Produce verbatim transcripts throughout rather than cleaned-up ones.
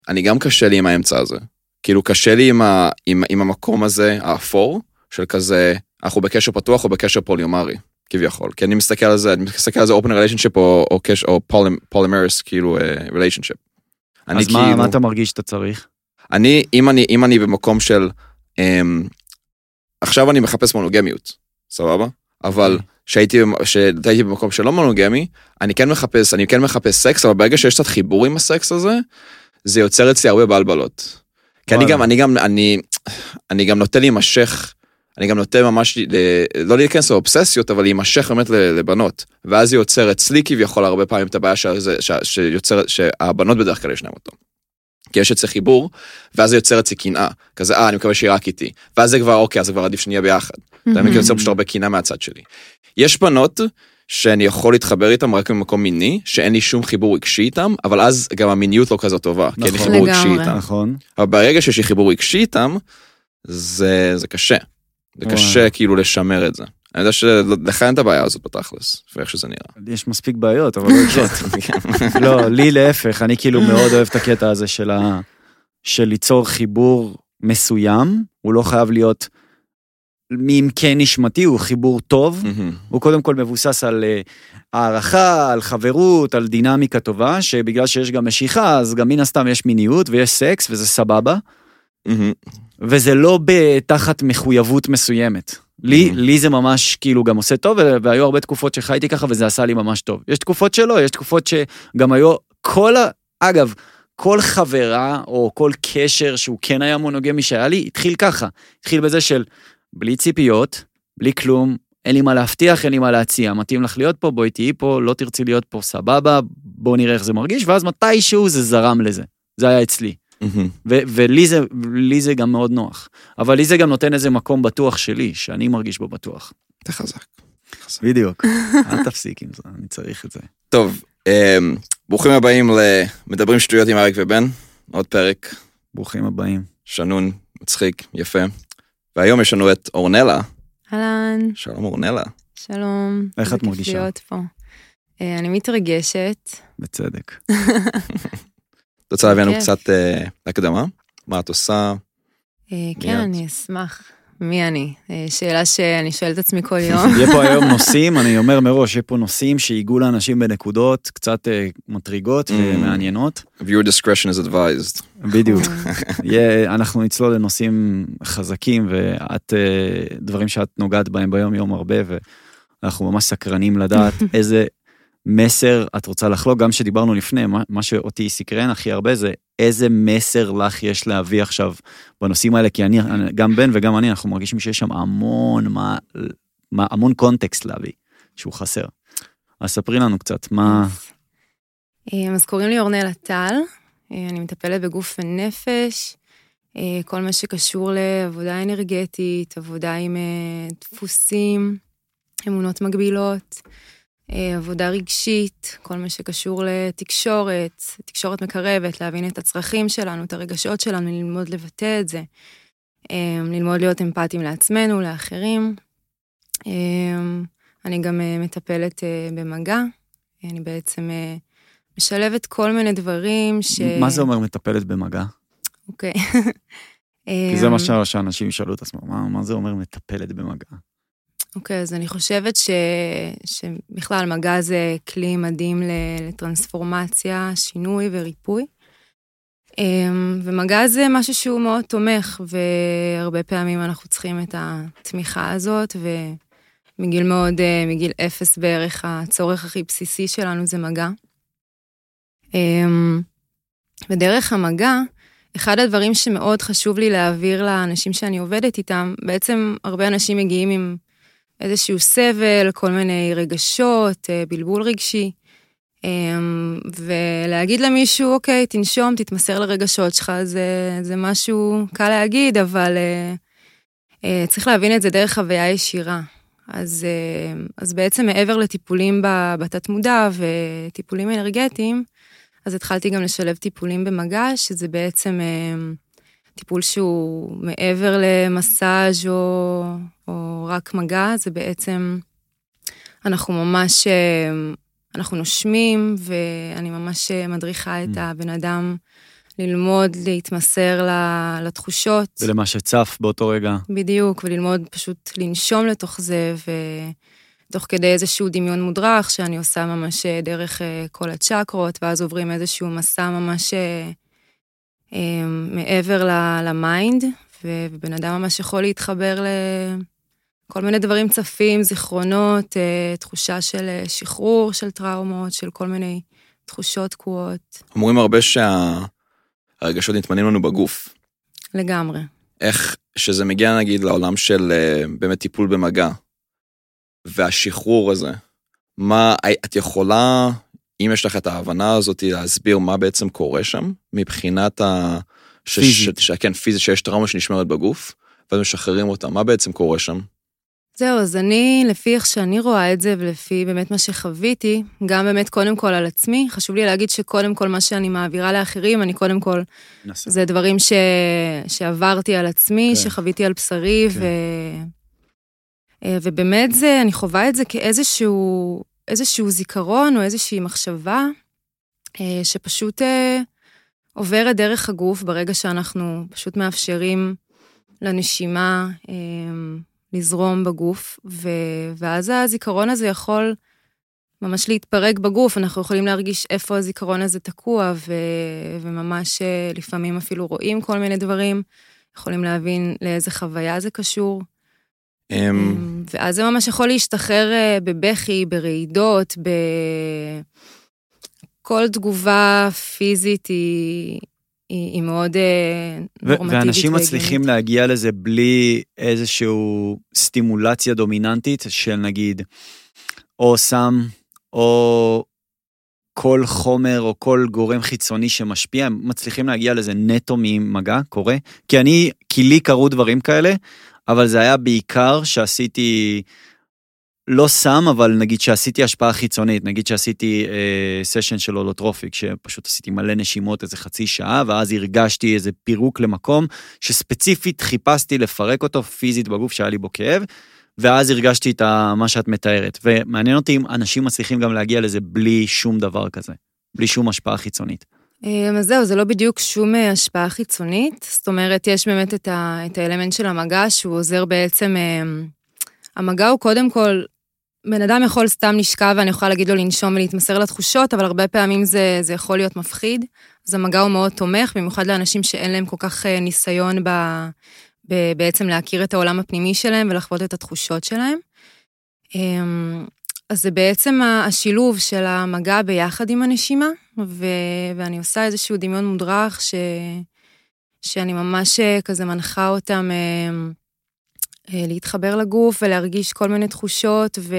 אני גם קשה לי עם האמצע הזה. כאילו קשה לי עם, ה, עם, עם המקום הזה, האפור, של כזה, אנחנו בקשר פתוח או בקשר פוליומרי, כביכול. כי אני מסתכל על זה, אני מסתכל על זה open relationship או, או, קשר, או polyamorous, כאילו, uh, relationship. אז מה, כאילו, מה אתה מרגיש שאתה צריך? אני, אם אני, אם אני במקום של, um, עכשיו אני מחפש מונוגמיות, סבבה? אבל שהייתי, שהייתי במקום שלא מונוגמי, אני כן מחפש, אני כן מחפש סקס, אבל ברגע שיש קצת חיבור עם הסקס הזה, זה יוצר אצלי הרבה בלבלות. כי אני גם, אני גם, אני, אני גם נוטה להימשך, אני גם נוטה ממש, לא להיכנס לאובססיות, אבל להימשך באמת לבנות. ואז זה יוצר אצלי כביכול הרבה פעמים את הבעיה שיוצר, שהבנות בדרך כלל ישנם אותו. כי יש אצלי חיבור, ואז זה יוצר אצלי קנאה. כזה, אה, אני מקווה שהיא רק איתי. ואז זה כבר, אוקיי, אז זה כבר עדיף שנהיה ביחד. אתה מכיר יוצר פשוט הרבה קנאה מהצד שלי. יש בנות שאני יכול להתחבר איתם רק במקום מיני, שאין לי שום חיבור רגשי איתם, אבל אז גם המיניות לא כזאת טובה, כי אין לי חיבור רגשי איתם. נכון. אבל ברגע שיש לי חיבור רגשי איתם, זה, זה קשה. זה קשה כאילו לשמר את זה. אני יודע שלך אין את הבעיה הזאת בתכלס, ואיך שזה נראה. יש מספיק בעיות, אבל לא זאת. לא, לי להפך, אני כאילו מאוד אוהב את הקטע הזה של ליצור חיבור מסוים, הוא לא חייב להיות מעמקי נשמתי, הוא חיבור טוב, הוא קודם כל מבוסס על הערכה, על חברות, על דינמיקה טובה, שבגלל שיש גם משיכה, אז גם מן הסתם יש מיניות ויש סקס, וזה סבבה, וזה לא בתחת מחויבות מסוימת. לי, לי זה ממש כאילו גם עושה טוב, והיו הרבה תקופות שחייתי ככה, וזה עשה לי ממש טוב. יש תקופות שלא, יש תקופות שגם היו, כל, אגב, כל חברה, או כל קשר שהוא כן היה מונוגמי שהיה לי, התחיל ככה. התחיל בזה של, בלי ציפיות, בלי כלום, אין לי מה להבטיח, אין לי מה להציע. מתאים לך להיות פה, בואי תהיי פה, לא תרצי להיות פה, סבבה, בוא נראה איך זה מרגיש, ואז מתישהו זה זרם לזה. זה היה אצלי. ולי זה, לי זה גם מאוד נוח. אבל לי זה גם נותן איזה מקום בטוח שלי, שאני מרגיש בו בטוח. אתה חזק. בדיוק. אל תפסיק עם זה, אני צריך את זה. טוב, ברוכים הבאים למדברים שטויות עם אריק ובן, עוד פרק. ברוכים הבאים. שנון, מצחיק, יפה. והיום יש לנו את אורנלה. אהלן. שלום אורנלה. שלום. איך את מרגישה? אני מתרגשת. בצדק. את רוצה להביא לנו קצת הקדמה? מה את עושה? כן, אני אשמח. מי אני? שאלה שאני שואלת עצמי כל יום. יהיה פה היום נושאים, אני אומר מראש, יהיה פה נושאים שהגיעו לאנשים בנקודות קצת מטריגות ומעניינות. Viewer discretion is advised. בדיוק. אנחנו נצלול לנושאים חזקים, ואת, דברים שאת נוגעת בהם ביום יום הרבה, ואנחנו ממש סקרנים לדעת איזה מסר את רוצה לחלוק, גם שדיברנו לפני, מה, מה שאותי סקרן הכי הרבה זה איזה מסר לך יש להביא עכשיו בנושאים האלה, כי אני, גם בן וגם אני, אנחנו מרגישים שיש שם המון, מה, מה, המון קונטקסט להביא, שהוא חסר. אז ספרי לנו קצת, מה... אז קוראים לי אורנלה טל, אני מטפלת בגוף ונפש, כל מה שקשור לעבודה אנרגטית, עבודה עם דפוסים, אמונות מגבילות, עבודה רגשית, כל מה שקשור לתקשורת, תקשורת מקרבת, להבין את הצרכים שלנו, את הרגשות שלנו, ללמוד לבטא את זה, ללמוד להיות אמפתיים לעצמנו, לאחרים. אני גם מטפלת במגע, אני בעצם משלבת כל מיני דברים ש... מה זה אומר מטפלת במגע? אוקיי. כי זה מה שאנשים ישאלו את עצמם, מה, מה זה אומר מטפלת במגע? אוקיי, אז אני חושבת ש... שבכלל מגע זה כלי מדהים לטרנספורמציה, שינוי וריפוי. ומגע זה משהו שהוא מאוד תומך, והרבה פעמים אנחנו צריכים את התמיכה הזאת, ומגיל מאוד, מגיל אפס בערך, הצורך הכי בסיסי שלנו זה מגע. ודרך המגע, אחד הדברים שמאוד חשוב לי להעביר לאנשים שאני עובדת איתם, בעצם הרבה אנשים מגיעים עם איזשהו סבל, כל מיני רגשות, בלבול רגשי, ולהגיד למישהו, אוקיי, תנשום, תתמסר לרגשות שלך, זה, זה משהו קל להגיד, אבל צריך להבין את זה דרך חוויה ישירה. אז, אז בעצם מעבר לטיפולים בתת מודע וטיפולים אנרגטיים, אז התחלתי גם לשלב טיפולים במגע, שזה בעצם טיפול שהוא מעבר למסאז' או, או רק מגע, זה בעצם, אנחנו ממש, אנחנו נושמים, ואני ממש מדריכה את הבן אדם ללמוד להתמסר לתחושות. ולמה שצף באותו רגע. בדיוק, וללמוד פשוט לנשום לתוך זה, ותוך כדי איזשהו דמיון מודרך, שאני עושה ממש דרך כל הצ'קרות, ואז עוברים איזשהו מסע ממש מעבר למיינד, ובן אדם ממש יכול להתחבר לכל מיני דברים צפים, זיכרונות, תחושה של שחרור, של טראומות, של כל מיני תחושות תקועות. אומרים הרבה שהרגשות נתמנים לנו בגוף. לגמרי. איך שזה מגיע נגיד לעולם של באמת טיפול במגע, והשחרור הזה, מה, את יכולה, אם יש לך את ההבנה הזאת, להסביר מה בעצם קורה שם, מבחינת ה... פיזית. ש... ש... כן, פיזית, שיש טראומה שנשמרת בגוף, ואז משחררים אותה, מה בעצם קורה שם? זהו, אז אני, לפי איך שאני רואה את זה, ולפי באמת מה שחוויתי, גם באמת קודם כל על עצמי, חשוב לי להגיד שקודם כל מה שאני מעבירה לאחרים, אני קודם כל, נסה. זה דברים ש... שעברתי על עצמי, כן. שחוויתי על בשרי, כן. ו... ובאמת זה, אני חווה את זה כאיזשהו איזשהו זיכרון, או איזושהי מחשבה, שפשוט עוברת דרך הגוף, ברגע שאנחנו פשוט מאפשרים לנשימה, לזרום בגוף, ו- ואז הזיכרון הזה יכול ממש להתפרק בגוף, אנחנו יכולים להרגיש איפה הזיכרון הזה תקוע, ו- וממש לפעמים אפילו רואים כל מיני דברים, יכולים להבין לאיזה חוויה זה קשור, ואז זה ממש יכול להשתחרר בבכי, ברעידות, בכל תגובה פיזית היא... היא מאוד נורמטיבית. ואנשים מצליחים להגיע לזה בלי איזשהו סטימולציה דומיננטית של נגיד, או סם, או כל חומר, או כל גורם חיצוני שמשפיע, הם מצליחים להגיע לזה נטו ממגע, קורה. כי אני, כי לי קרו דברים כאלה, אבל זה היה בעיקר שעשיתי... לא סם, אבל נגיד שעשיתי השפעה חיצונית, נגיד שעשיתי אה, סשן של הולוטרופיק, שפשוט עשיתי מלא נשימות איזה חצי שעה, ואז הרגשתי איזה פירוק למקום, שספציפית חיפשתי לפרק אותו פיזית בגוף שהיה לי בו כאב, ואז הרגשתי את מה שאת מתארת. ומעניין אותי אם אנשים מצליחים גם להגיע לזה בלי שום דבר כזה, בלי שום השפעה חיצונית. אז זהו, זה לא בדיוק שום השפעה חיצונית, זאת אומרת, יש באמת את, ה, את האלמנט של המגע, שהוא עוזר בעצם... המגע הוא קודם כל, בן אדם יכול סתם נשכב, ואני יכולה להגיד לו לנשום ולהתמסר לתחושות, אבל הרבה פעמים זה, זה יכול להיות מפחיד. אז המגע הוא מאוד תומך, במיוחד לאנשים שאין להם כל כך ניסיון ב, ב, בעצם להכיר את העולם הפנימי שלהם, ולחוות את התחושות שלהם. אז זה בעצם השילוב של המגע ביחד עם הנשימה, ו, ואני עושה איזשהו דמיון מודרך, ש, שאני ממש כזה מנחה אותם, להתחבר לגוף ולהרגיש כל מיני תחושות ו...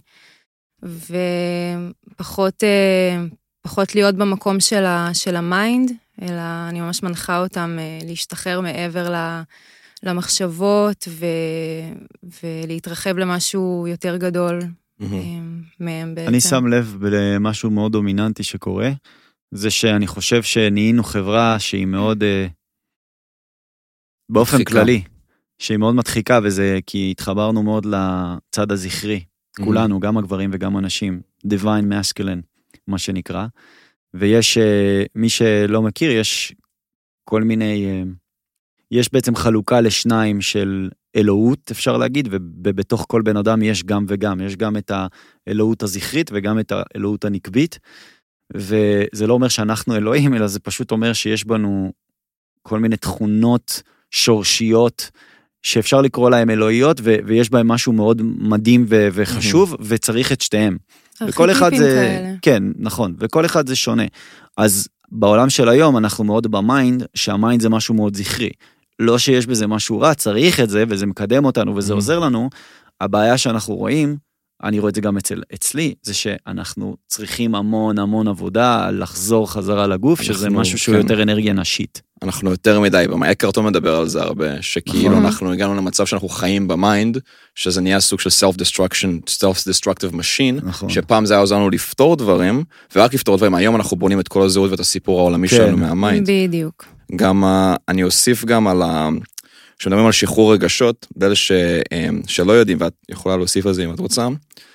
ופחות פחות להיות במקום של, ה... של המיינד, אלא אני ממש מנחה אותם להשתחרר מעבר למחשבות ו... ולהתרחב למשהו יותר גדול mm-hmm. מהם בעצם. אני שם לב למשהו מאוד דומיננטי שקורה, זה שאני חושב שנהיינו חברה שהיא מאוד באופן דחיקה. כללי, שהיא מאוד מדחיקה, וזה כי התחברנו מאוד לצד הזכרי, mm-hmm. כולנו, גם הגברים וגם הנשים, divine masculine, מה שנקרא, ויש, מי שלא מכיר, יש כל מיני, יש בעצם חלוקה לשניים של אלוהות, אפשר להגיד, ובתוך כל בן אדם יש גם וגם, יש גם את האלוהות הזכרית, וגם את האלוהות הנקבית, וזה לא אומר שאנחנו אלוהים, אלא זה פשוט אומר שיש בנו כל מיני תכונות שורשיות, שאפשר לקרוא להם אלוהיות, ו- ויש בהם משהו מאוד מדהים ו- וחשוב, mm-hmm. וצריך את שתיהם. וכל אחד זה, כאלה. כן, נכון, וכל אחד זה שונה. אז בעולם של היום אנחנו מאוד במיינד, שהמיינד זה משהו מאוד זכרי. לא שיש בזה משהו רע, צריך את זה, וזה מקדם אותנו, וזה mm-hmm. עוזר לנו. הבעיה שאנחנו רואים, אני רואה את זה גם אצל, אצלי, זה שאנחנו צריכים המון המון עבודה, לחזור חזרה לגוף, אנחנו, שזה משהו שהוא כן. יותר אנרגיה נשית. אנחנו יותר מדי, אקרטון מדבר על זה הרבה, שכאילו נכון. אנחנו הגענו למצב שאנחנו חיים במיינד, שזה נהיה סוג של self-destruction, self-destructive machine, נכון. שפעם זה היה עוזר לנו לפתור דברים, ורק לפתור דברים, היום אנחנו בונים את כל הזהות ואת הסיפור העולמי כן. שלנו מהמיינד. בדיוק. גם, אני אוסיף גם על ה... כשמדברים על שחרור רגשות, באלה ש... שלא יודעים, ואת יכולה להוסיף על זה אם את רוצה,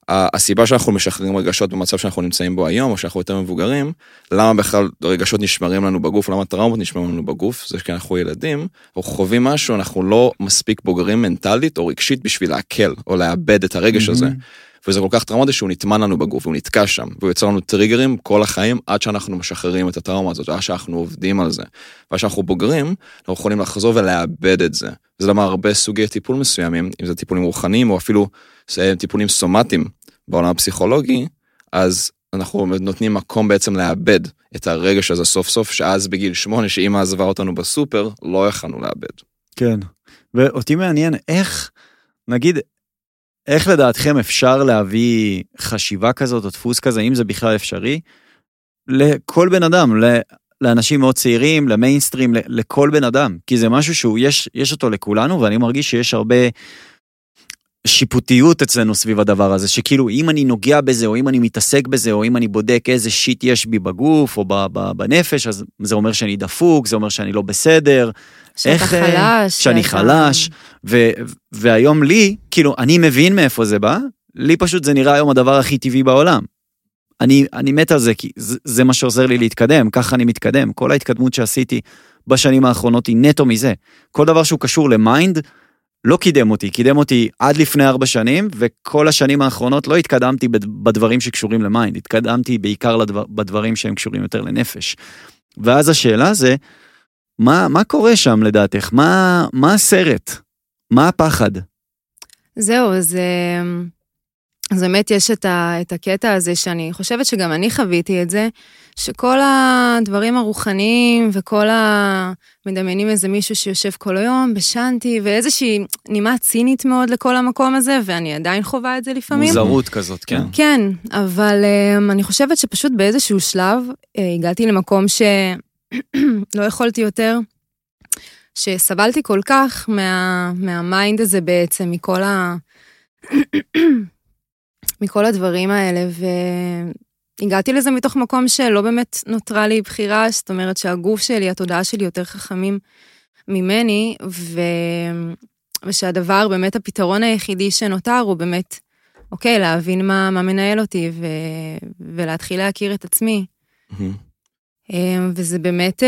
הסיבה שאנחנו משחררים רגשות במצב שאנחנו נמצאים בו היום, או שאנחנו יותר מבוגרים, למה בכלל רגשות נשמרים לנו בגוף, למה טראומות נשמרים לנו בגוף, זה כי אנחנו ילדים, אנחנו חווים משהו, אנחנו לא מספיק בוגרים מנטלית או רגשית בשביל להקל, או לאבד את הרגש הזה. וזה כל כך טראומטי שהוא נטמן לנו בגוף, הוא נתקע שם, והוא יוצר לנו טריגרים כל החיים, עד שאנחנו משחררים את הטראומה הזאת, עד שאנחנו עובדים על זה. ועד שאנחנו בוגרים, אנחנו יכולים לחזור ולאבד את זה. זה למה הרבה סוגי טיפול מסוימים, אם זה טיפולים רוחניים, או אפילו טיפולים סומטיים בעולם הפסיכולוגי, אז אנחנו נותנים מקום בעצם לאבד את הרגש הזה סוף סוף, שאז בגיל שמונה, שאמא עזבה אותנו בסופר, לא יכולנו לאבד. כן, ואותי מעניין איך, נגיד, איך לדעתכם אפשר להביא חשיבה כזאת או דפוס כזה, אם זה בכלל אפשרי, לכל בן אדם, לאנשים מאוד צעירים, למיינסטרים, לכל בן אדם, כי זה משהו שהוא, יש, יש אותו לכולנו, ואני מרגיש שיש הרבה שיפוטיות אצלנו סביב הדבר הזה, שכאילו אם אני נוגע בזה, או אם אני מתעסק בזה, או אם אני בודק איזה שיט יש בי בגוף, או בנפש, אז זה אומר שאני דפוק, זה אומר שאני לא בסדר, שאתה איך, חלש. שאני שאתה... חלש, ו, והיום לי, כאילו, אני מבין מאיפה זה בא, לי פשוט זה נראה היום הדבר הכי טבעי בעולם. אני, אני מת על זה, כי זה, זה מה שעוזר לי להתקדם, ככה אני מתקדם. כל ההתקדמות שעשיתי בשנים האחרונות היא נטו מזה. כל דבר שהוא קשור למיינד, לא קידם אותי, קידם אותי עד לפני ארבע שנים, וכל השנים האחרונות לא התקדמתי בדברים שקשורים למיינד, התקדמתי בעיקר לדבר, בדברים שהם קשורים יותר לנפש. ואז השאלה זה, מה, מה קורה שם לדעתך? מה, מה הסרט? מה הפחד? זהו, אז, אז באמת יש את, ה, את הקטע הזה שאני חושבת שגם אני חוויתי את זה, שכל הדברים הרוחניים וכל המדמיינים איזה מישהו שיושב כל היום בשנתי, ואיזושהי נימה צינית מאוד לכל המקום הזה, ואני עדיין חווה את זה לפעמים. מוזרות כזאת, כן. כן, אבל אני חושבת שפשוט באיזשהו שלב הגעתי למקום שלא יכולתי יותר, שסבלתי כל כך מה, מהמיינד הזה בעצם, מכל ה... מכל הדברים האלה, והגעתי לזה מתוך מקום שלא באמת נותרה לי בחירה, זאת אומרת שהגוף שלי, התודעה שלי יותר חכמים ממני, ו... ושהדבר, באמת הפתרון היחידי שנותר הוא באמת, אוקיי, להבין מה, מה מנהל אותי, ו... ולהתחיל להכיר את עצמי. Mm-hmm. וזה באמת...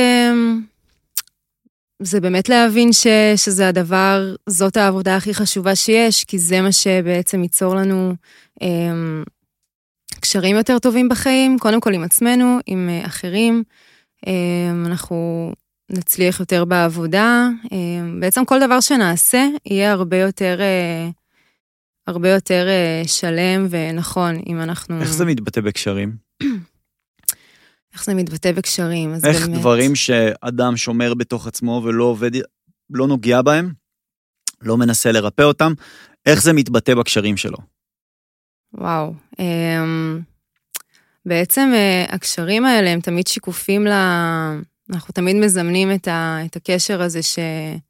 זה באמת להבין ש, שזה הדבר, זאת העבודה הכי חשובה שיש, כי זה מה שבעצם ייצור לנו אה, קשרים יותר טובים בחיים, קודם כל עם עצמנו, עם אה, אחרים, אה, אנחנו נצליח יותר בעבודה, אה, בעצם כל דבר שנעשה יהיה הרבה יותר, אה, הרבה יותר אה, שלם ונכון, אם אנחנו... איך זה מתבטא בקשרים? איך זה מתבטא בקשרים, אז איך באמת... דברים שאדם שומר בתוך עצמו ולא עובד, לא נוגע בהם, לא מנסה לרפא אותם, איך זה מתבטא בקשרים שלו? וואו, בעצם הקשרים האלה הם תמיד שיקופים, לה... אנחנו תמיד מזמנים את, ה... את הקשר הזה ש...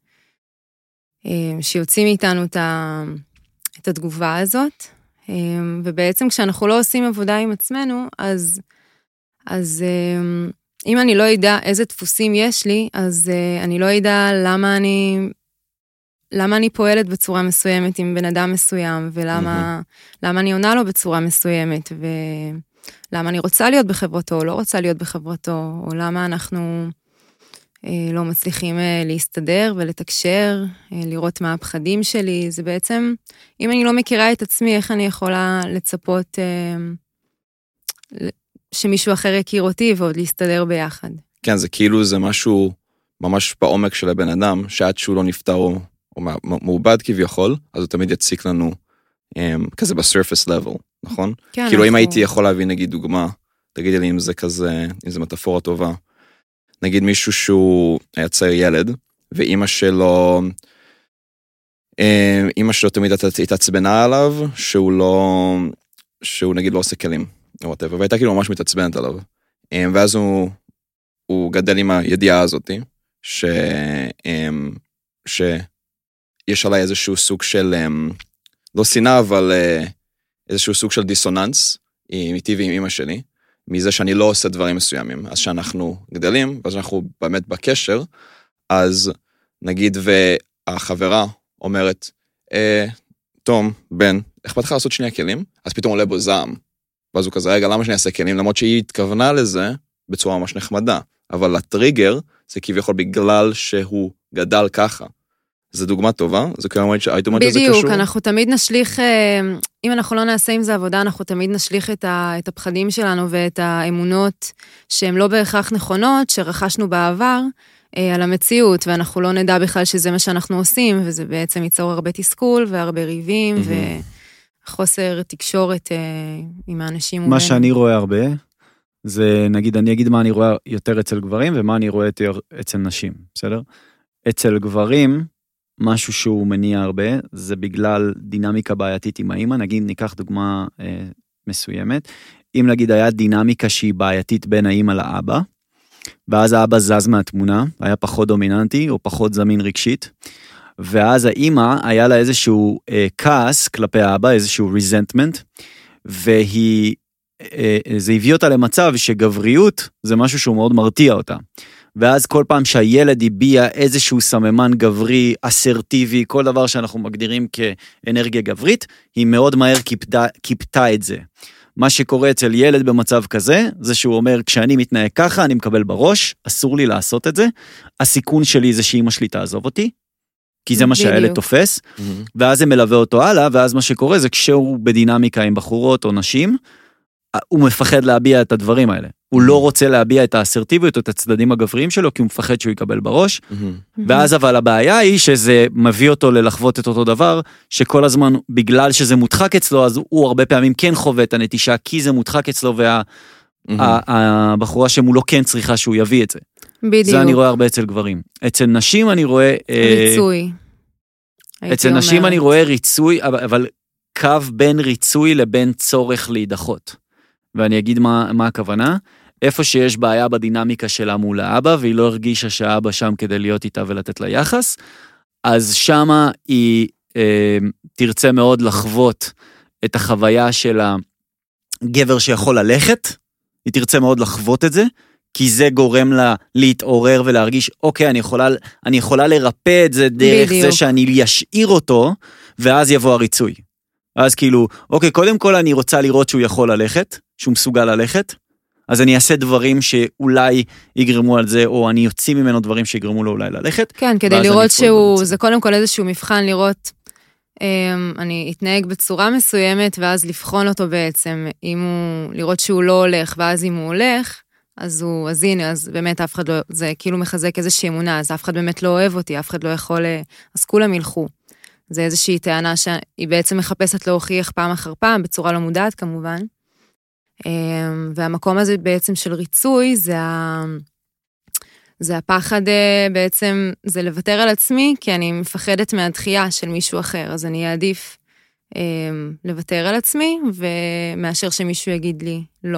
שיוצאים מאיתנו את, ה... את התגובה הזאת, ובעצם כשאנחנו לא עושים עבודה עם עצמנו, אז... אז אם אני לא יודע איזה דפוסים יש לי, אז אני לא יודע למה אני, למה אני פועלת בצורה מסוימת עם בן אדם מסוים, ולמה למה אני עונה לו בצורה מסוימת, ולמה אני רוצה להיות בחברתו, או לא רוצה להיות בחברתו, או למה אנחנו לא מצליחים להסתדר ולתקשר, לראות מה הפחדים שלי. זה בעצם, אם אני לא מכירה את עצמי, איך אני יכולה לצפות... שמישהו אחר יכיר אותי ועוד להסתדר ביחד. כן, זה כאילו זה משהו ממש בעומק של הבן אדם, שעד שהוא לא נפטר או, או מעובד כביכול, אז הוא תמיד יציק לנו um, כזה בסרפס לבל, נכון? כן. כאילו אנחנו... אם הייתי יכול להביא נגיד דוגמה, תגידי לי אם זה כזה, אם זה מטאפורה טובה, נגיד מישהו שהוא היה צעיר ילד, ואימא שלו, אימא שלו תמיד התעצבנה עליו, שהוא לא, שהוא נגיד לא עושה כלים. והייתה כאילו ממש מתעצבנת עליו. ואז הוא, הוא גדל עם הידיעה הזאת, ש, שיש עליי איזשהו סוג של, לא שנאה, אבל איזשהו סוג של דיסוננס, איתי ועם אמא שלי, מזה שאני לא עושה דברים מסוימים. אז שאנחנו גדלים, ואז אנחנו באמת בקשר, אז נגיד והחברה אומרת, תום, בן, אכפת לך לעשות שני הכלים? אז פתאום עולה בו זעם. ואז הוא כזה, רגע, למה שאני אעשה כלים? למרות שהיא התכוונה לזה בצורה ממש נחמדה. אבל הטריגר זה כביכול בגלל שהוא גדל ככה. זו דוגמה טובה? זה כאילו, היית אומרת שזה קשור? בדיוק, אנחנו תמיד נשליך, אם אנחנו לא נעשה עם זה עבודה, אנחנו תמיד נשליך את הפחדים שלנו ואת האמונות שהן לא בהכרח נכונות, שרכשנו בעבר, על המציאות, ואנחנו לא נדע בכלל שזה מה שאנחנו עושים, וזה בעצם ייצור הרבה תסכול והרבה ריבים, וחוסר תקשורת עם האנשים. מה שאני רואה הרבה, זה נגיד, אני אגיד מה אני רואה יותר אצל גברים, ומה אני רואה יותר אצל נשים, בסדר? אצל גברים, משהו שהוא מניע הרבה, זה בגלל דינמיקה בעייתית עם האמא, נגיד ניקח דוגמה אה, מסוימת, אם נגיד היה דינמיקה שהיא בעייתית בין האמא לאבא, ואז האבא זז מהתמונה, היה פחות דומיננטי או פחות זמין רגשית, ואז האמא היה לה איזשהו אה, כעס כלפי האבא, איזשהו resentment, והיא, אה, זה הביא אותה למצב שגבריות זה משהו שהוא מאוד מרתיע אותה. ואז כל פעם שהילד הביע איזשהו סממן גברי, אסרטיבי, כל דבר שאנחנו מגדירים כאנרגיה גברית, היא מאוד מהר קיפתה, קיפתה את זה. מה שקורה אצל ילד במצב כזה, זה שהוא אומר, כשאני מתנהג ככה, אני מקבל בראש, אסור לי לעשות את זה, הסיכון שלי זה שאמא שלי תעזוב אותי, כי זה מה שהילד תופס, ואז זה מלווה אותו הלאה, ואז מה שקורה זה כשהוא בדינמיקה עם בחורות או נשים, הוא מפחד להביע את הדברים האלה. הוא לא רוצה להביע את האסרטיביות או את הצדדים הגבריים שלו, כי הוא מפחד שהוא יקבל בראש. ואז אבל הבעיה היא שזה מביא אותו ללחוות את אותו דבר, שכל הזמן, בגלל שזה מודחק אצלו, אז הוא הרבה פעמים כן חווה את הנטישה, כי זה מודחק אצלו, והבחורה שמולו כן צריכה שהוא יביא את זה. בדיוק. זה אני רואה הרבה אצל גברים. אצל נשים אני רואה... ריצוי. אצל נשים אני רואה ריצוי, אבל קו בין ריצוי לבין צורך להידחות. ואני אגיד מה, מה הכוונה. איפה שיש בעיה בדינמיקה שלה מול האבא, והיא לא הרגישה שהאבא שם כדי להיות איתה ולתת לה יחס, אז שמה היא אה, תרצה מאוד לחוות את החוויה של הגבר שיכול ללכת, היא תרצה מאוד לחוות את זה, כי זה גורם לה להתעורר ולהרגיש, אוקיי, אני יכולה, אני יכולה לרפא את זה דרך בדיוק. זה שאני אשאיר אותו, ואז יבוא הריצוי. אז כאילו, אוקיי, קודם כל אני רוצה לראות שהוא יכול ללכת, שהוא מסוגל ללכת, אז אני אעשה דברים שאולי יגרמו על זה, או אני יוציא ממנו דברים שיגרמו לו אולי ללכת. כן, כדי לראות שהוא, זה קודם כל איזשהו מבחן לראות, אני אתנהג בצורה מסוימת, ואז לבחון אותו בעצם, אם הוא, לראות שהוא לא הולך, ואז אם הוא הולך, אז הוא, אז הנה, אז באמת אף אחד לא, זה כאילו מחזק איזושהי אמונה, אז אף אחד באמת לא אוהב אותי, אף אחד לא יכול, אז כולם ילכו. זה איזושהי טענה שהיא בעצם מחפשת להוכיח פעם אחר פעם, בצורה לא מודעת כמובן. והמקום הזה בעצם של ריצוי, זה, ה... זה הפחד בעצם, זה לוותר על עצמי, כי אני מפחדת מהדחייה של מישהו אחר, אז אני אעדיף לוותר על עצמי, ומאשר שמישהו יגיד לי לא.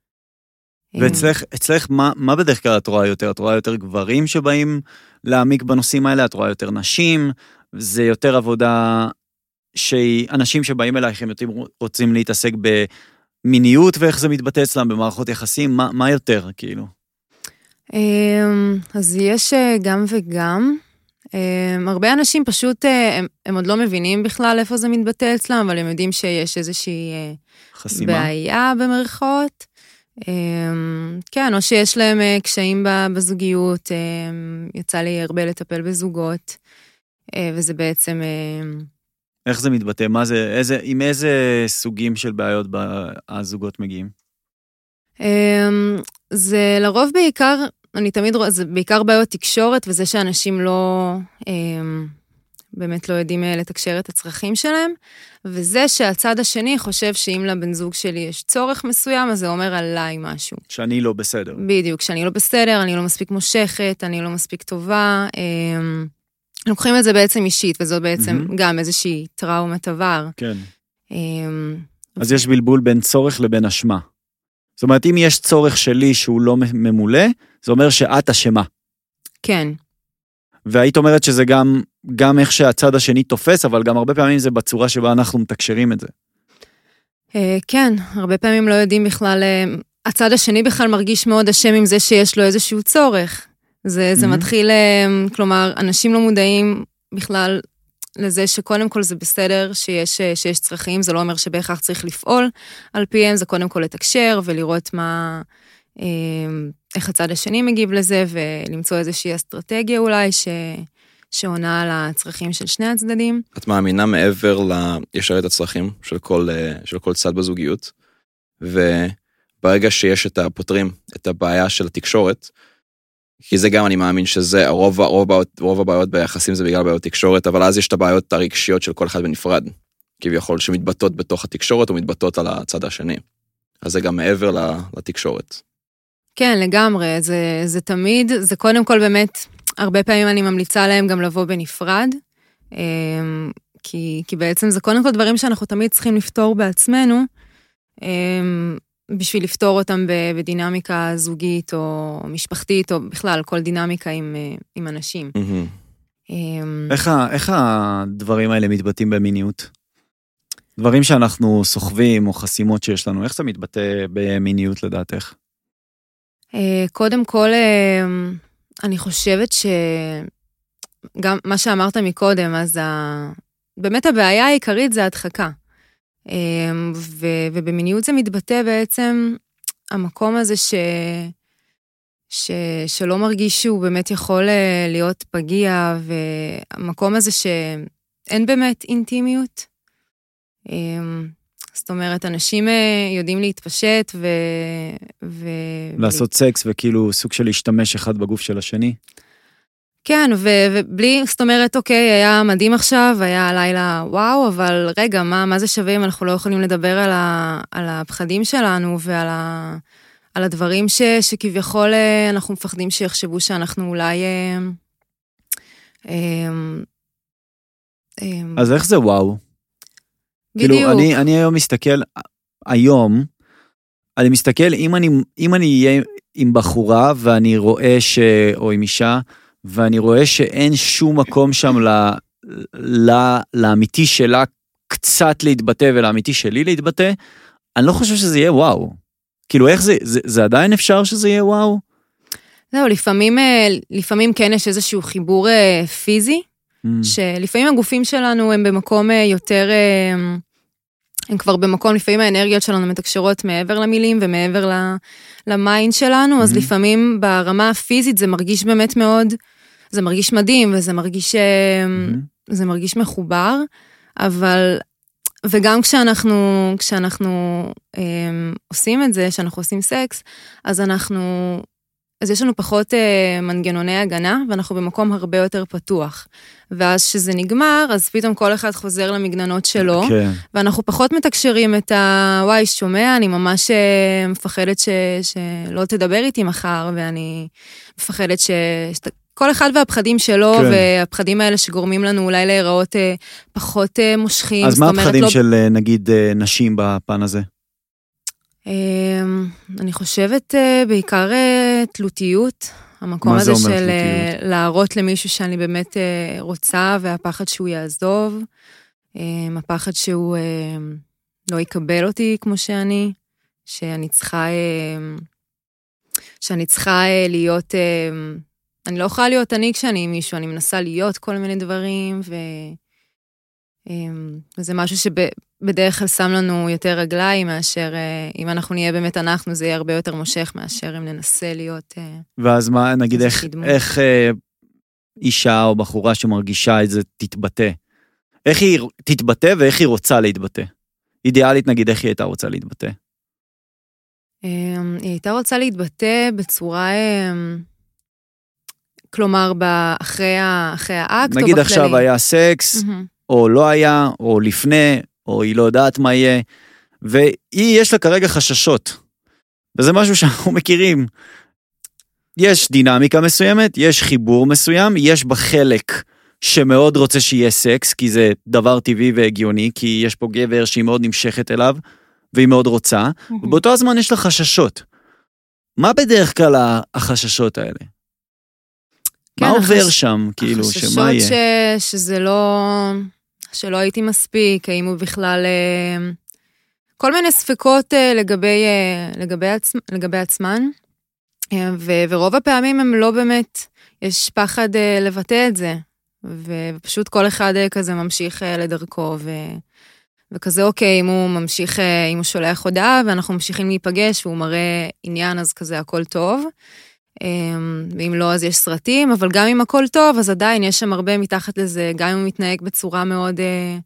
ואצלך, אצלך, מה, מה בדרך כלל את רואה יותר? את רואה יותר גברים שבאים להעמיק בנושאים האלה? את רואה יותר נשים? זה יותר עבודה שאנשים שבאים אלייך, הם יותר רוצים להתעסק במיניות, ואיך זה מתבטא אצלם במערכות יחסים, מה, מה יותר, כאילו? אז יש גם וגם. הרבה אנשים פשוט, הם, הם עוד לא מבינים בכלל איפה זה מתבטא אצלם, אבל הם יודעים שיש איזושהי חסימה. בעיה במרכאות. כן, או שיש להם קשיים בזוגיות, יצא לי הרבה לטפל בזוגות, וזה בעצם... איך זה מתבטא? מה זה, איזה, עם איזה סוגים של בעיות הזוגות מגיעים? זה לרוב בעיקר, אני תמיד רואה, זה בעיקר בעיות תקשורת, וזה שאנשים לא, באמת לא יודעים לתקשר את הצרכים שלהם, וזה שהצד השני חושב שאם לבן זוג שלי יש צורך מסוים, אז זה אומר עליי משהו. שאני לא בסדר. בדיוק, שאני לא בסדר, אני לא מספיק מושכת, אני לא מספיק טובה, לוקחים את זה בעצם אישית, וזאת בעצם mm-hmm. גם איזושהי טראומת עבר. כן. אז יש בלבול בין צורך לבין אשמה. זאת אומרת, אם יש צורך שלי שהוא לא ממולא, זה אומר שאת אשמה. כן. והיית אומרת שזה גם, גם איך שהצד השני תופס, אבל גם הרבה פעמים זה בצורה שבה אנחנו מתקשרים את זה. כן, הרבה פעמים לא יודעים בכלל, הצד השני בכלל מרגיש מאוד אשם עם זה שיש לו איזשהו צורך. זה, זה mm-hmm. מתחיל, כלומר, אנשים לא מודעים בכלל לזה שקודם כל זה בסדר שיש, שיש צרכים, זה לא אומר שבהכרח צריך לפעול על פיהם, זה קודם כל לתקשר ולראות מה, איך הצד השני מגיב לזה, ולמצוא איזושהי אסטרטגיה אולי ש, שעונה על הצרכים של שני הצדדים. את מאמינה מעבר לישר את הצרכים של כל, של כל צד בזוגיות, וברגע שיש את הפותרים, את הבעיה של התקשורת, כי זה גם אני מאמין שזה, הרוב, הרוב, רוב הבעיות ביחסים זה בגלל בעיות תקשורת, אבל אז יש את הבעיות הרגשיות של כל אחד בנפרד, כביכול שמתבטאות בתוך התקשורת או מתבטאות על הצד השני. אז זה גם מעבר לתקשורת. כן, לגמרי, זה, זה תמיד, זה קודם כל באמת, הרבה פעמים אני ממליצה להם גם לבוא בנפרד, כי, כי בעצם זה קודם כל דברים שאנחנו תמיד צריכים לפתור בעצמנו, בשביל לפתור אותם בדינמיקה זוגית או משפחתית, או בכלל, כל דינמיקה עם, עם אנשים. איך, איך הדברים האלה מתבטאים במיניות? דברים שאנחנו סוחבים או חסימות שיש לנו, איך זה מתבטא במיניות לדעתך? קודם כל, אני חושבת שגם מה שאמרת מקודם, אז באמת הבעיה העיקרית זה הדחקה. ובמיניות זה מתבטא בעצם המקום הזה ש... ש... שלא מרגיש שהוא באמת יכול להיות פגיע, והמקום הזה שאין באמת אינטימיות. זאת אומרת, אנשים יודעים להתפשט ו... ו... לעשות סקס וכאילו סוג של להשתמש אחד בגוף של השני. כן, ו... ובלי, זאת אומרת, אוקיי, היה מדהים עכשיו, היה לילה וואו, אבל רגע, מה, מה זה שווה אם אנחנו לא יכולים לדבר על, ה... על הפחדים שלנו ועל ה... על הדברים ש... שכביכול אנחנו מפחדים שיחשבו שאנחנו אולי... אז איך זה וואו? בדיוק. כאילו, אני, אני היום מסתכל, היום, אני מסתכל, אם אני, אם אני אהיה עם בחורה, ואני רואה ש... או עם אישה, ואני רואה שאין שום מקום שם ל... ל... לאמיתי שלה קצת להתבטא, ולאמיתי שלי להתבטא, אני לא חושב שזה יהיה וואו. כאילו, איך זה, זה, זה עדיין אפשר שזה יהיה וואו? זהו, לפעמים, לפעמים כן יש איזשהו חיבור פיזי, שלפעמים הגופים שלנו הם במקום יותר, הם כבר במקום, לפעמים האנרגיות שלנו מתקשרות מעבר למילים ומעבר למיינד שלנו, אז לפעמים ברמה הפיזית זה מרגיש באמת מאוד, זה מרגיש מדהים וזה מרגיש, זה מרגיש מחובר, אבל, וגם כשאנחנו, כשאנחנו עושים את זה, כשאנחנו עושים סקס, אז אנחנו, אז יש לנו פחות אה, מנגנוני הגנה, ואנחנו במקום הרבה יותר פתוח. ואז שזה נגמר, אז פתאום כל אחד חוזר למגננות שלו, okay. ואנחנו פחות מתקשרים את ה... וואי, שומע, אני ממש אה, מפחדת ש... שלא תדבר איתי מחר, ואני מפחדת ש... כל אחד והפחדים שלו, כן. והפחדים האלה שגורמים לנו אולי להיראות אה, פחות אה, מושכים. אז מה הפחדים לא... של נגיד נשים בפן הזה? אני חושבת בעיקר תלותיות, המקום הזה של להראות למישהו שאני באמת רוצה, והפחד שהוא יעזוב, הפחד שהוא לא יקבל אותי כמו שאני, שאני צריכה, שאני צריכה להיות, אני לא יכולה להיות אני כשאני עם מישהו, אני מנסה להיות כל מיני דברים, ו... וזה משהו שבדרך כלל שם לנו יותר רגליים, מאשר אם אנחנו נהיה באמת אנחנו, זה יהיה הרבה יותר מושך, מאשר אם ננסה להיות... ואז מה, נגיד, איך, איך אישה או בחורה שמרגישה את זה תתבטא? איך היא תתבטא ואיך היא רוצה להתבטא? אידיאלית, נגיד, איך היא הייתה רוצה להתבטא? היא הייתה רוצה להתבטא בצורה... כלומר, אחרי האקט, נגיד עכשיו היה סקס, או לא היה, או לפני, או היא לא יודעת מה יהיה, והיא יש לה כרגע חששות, וזה משהו שאנחנו מכירים. יש דינמיקה מסוימת, יש חיבור מסוים, יש בה חלק שמאוד רוצה שיהיה סקס, כי זה דבר טבעי והגיוני, כי יש פה גבר שהיא מאוד נמשכת אליו, והיא מאוד רוצה, ובאותו הזמן יש לה חששות. מה בדרך כלל החששות האלה? מה עובר שם, כאילו, שמה יהיה? החששות שזה לא, שלא הייתי מספיק, האם הוא בכלל, כל מיני ספקות לגבי, לגבי, עצמ, לגבי עצמן, ו, ורוב הפעמים הם לא באמת, יש פחד לבטא את זה, ופשוט כל אחד כזה ממשיך לדרכו, ו... וכזה אוקיי, אם הוא ממשיך, אם הוא שולח הודעה, ואנחנו ממשיכים להיפגש, והוא מראה עניין, אז כזה הכל טוב. ואם לא, אז יש סרטים, אבל גם אם הכל טוב, אז עדיין יש שם הרבה מתחת לזה, גם אם הוא מתנהג בצורה מאוד,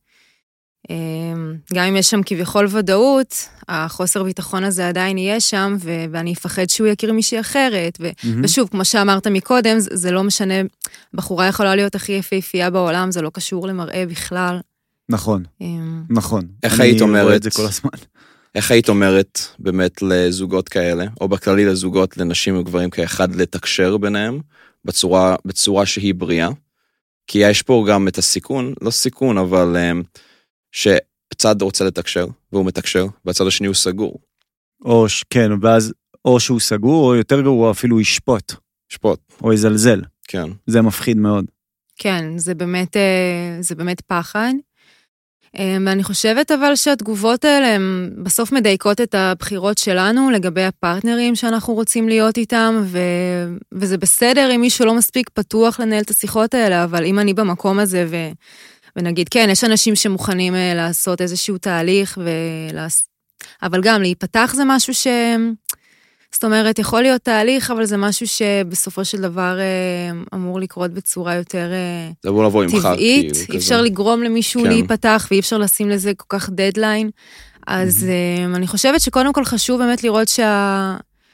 גם אם יש שם כביכול ודאות, החוסר ביטחון הזה עדיין יהיה שם, ואני אפחד שהוא יכיר מישהי אחרת, ושוב, כמו שאמרת מקודם, זה לא משנה, בחורה יכולה להיות הכי יפהפייה בעולם, זה לא קשור למראה בכלל. נכון, נכון. איך היית אומרת? אני רואה את זה כל הזמן. איך היית אומרת באמת לזוגות כאלה, או בכללי לזוגות, לנשים וגברים כאחד, לתקשר ביניהם בצורה, בצורה שהיא בריאה? כי יש פה גם את הסיכון, לא סיכון, אבל שצד רוצה לתקשר, והוא מתקשר, והצד השני הוא סגור. או, כן, ואז או שהוא סגור, או יותר גרוע אפילו ישפוט. ישפוט. או יזלזל. כן. זה מפחיד מאוד. כן, זה באמת, זה באמת פחד. ואני חושבת אבל שהתגובות האלה הן בסוף מדייקות את הבחירות שלנו לגבי הפרטנרים שאנחנו רוצים להיות איתם, ו... וזה בסדר אם מישהו לא מספיק פתוח לנהל את השיחות האלה, אבל אם אני במקום הזה ו... ונגיד, כן, יש אנשים שמוכנים לעשות איזשהו תהליך, ולה... אבל גם להיפתח זה משהו ש... זאת אומרת, יכול להיות תהליך, אבל זה משהו שבסופו של דבר אמור לקרות בצורה יותר טבעית. אי אפשר לגרום למישהו להיפתח, ואי אפשר לשים לזה כל כך דדליין. אז אני חושבת שקודם כל חשוב באמת לראות שה...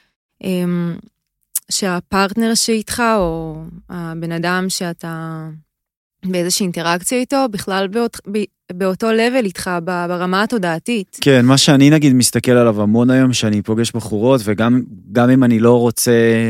שהפרטנר שאיתך, או הבן אדם שאתה באיזושהי אינטראקציה איתו, בכלל באות... באותו לבל איתך, ברמה התודעתית. כן, מה שאני נגיד מסתכל עליו המון היום, שאני פוגש בחורות, וגם גם אם אני לא רוצה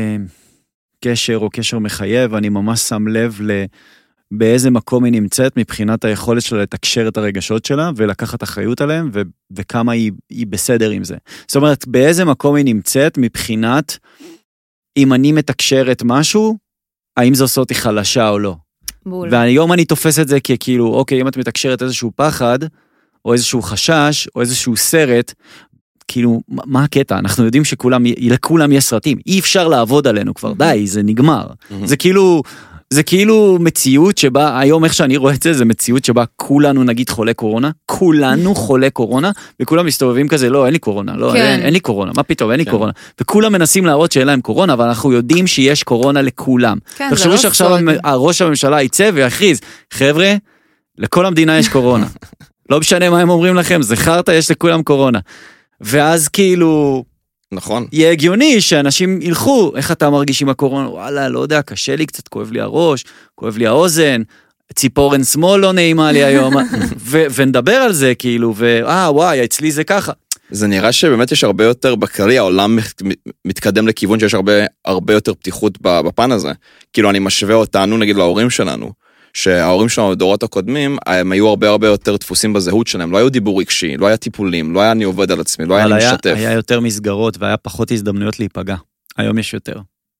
קשר או קשר מחייב, אני ממש שם לב ל... באיזה מקום היא נמצאת, מבחינת היכולת שלה לתקשר את הרגשות שלה, ולקחת אחריות עליהם, ו... וכמה היא... היא בסדר עם זה. זאת אומרת, באיזה מקום היא נמצאת, מבחינת, אם אני מתקשר את משהו, האם זה עושה אותי חלשה או לא. בול. והיום אני תופס את זה ככאילו, אוקיי, אם את מתקשרת איזשהו פחד, או איזשהו חשש, או איזשהו סרט, כאילו, מה הקטע? אנחנו יודעים שכולם, לכולם יש סרטים, אי אפשר לעבוד עלינו כבר, די, זה נגמר. זה כאילו, זה כאילו מציאות שבה, היום איך שאני רואה את זה, זה מציאות שבה כולנו נגיד חולה קורונה, כולנו חולה קורונה, וכולם מסתובבים כזה, לא, אין לי קורונה, לא, אין, אין לי קורונה, מה פתאום, אין לי קורונה. וכולם מנסים להראות שאין להם קורונה, אבל אנחנו יודעים שיש קורונה לכולם. תחשבו שעכשיו ראש הממשלה יצא ויכריז, חבר'ה, לכל המדינה יש קורונה. לא משנה מה הם אומרים לכם, זכרת, יש לכולם קורונה. ואז כאילו... נכון. יהיה הגיוני שאנשים ילכו, איך אתה מרגיש עם הקורונה? וואלה, לא יודע, קשה לי קצת, כואב לי הראש, כואב לי האוזן, ציפורן שמאל לא נעימה לי היום, ונדבר על זה כאילו, ואה, וואי, אצלי זה ככה. זה נראה שבאמת יש הרבה יותר, בכללי העולם מתקדם לכיוון שיש הרבה, הרבה יותר פתיחות בפן הזה. כאילו אני משווה אותנו, נגיד, להורים שלנו, שההורים שלנו בדורות הקודמים, הם היו הרבה הרבה יותר דפוסים בזהות שלהם, לא היו דיבור רגשי, לא היה טיפולים, לא היה אני עובד על עצמי, לא היה אני משתף. היה יותר מסגרות והיה פחות הזדמנויות להיפגע. היום יש יותר.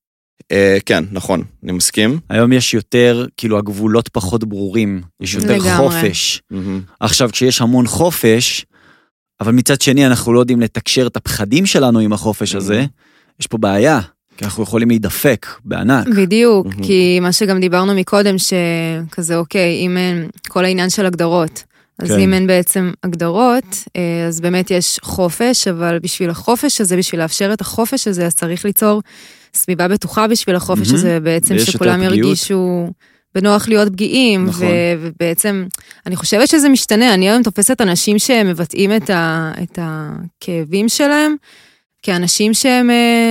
כן, נכון, אני מסכים. היום יש יותר, כאילו הגבולות פחות ברורים, יש יותר חופש. עכשיו, כשיש המון חופש, אבל מצד שני אנחנו לא יודעים לתקשר את הפחדים שלנו עם החופש הזה, יש פה בעיה. כי אנחנו יכולים להידפק בענק. בדיוק, mm-hmm. כי מה שגם דיברנו מקודם, שכזה אוקיי, אם אין כל העניין של הגדרות, אז כן. אם אין בעצם הגדרות, אז באמת יש חופש, אבל בשביל החופש הזה, בשביל לאפשר את החופש הזה, אז צריך ליצור סביבה בטוחה בשביל החופש mm-hmm. הזה, בעצם שכולם ירגישו בנוח להיות פגיעים, נכון. ו- ובעצם אני חושבת שזה משתנה, אני היום תופסת אנשים שמבטאים את, ה- את הכאבים שלהם, כאנשים שהם...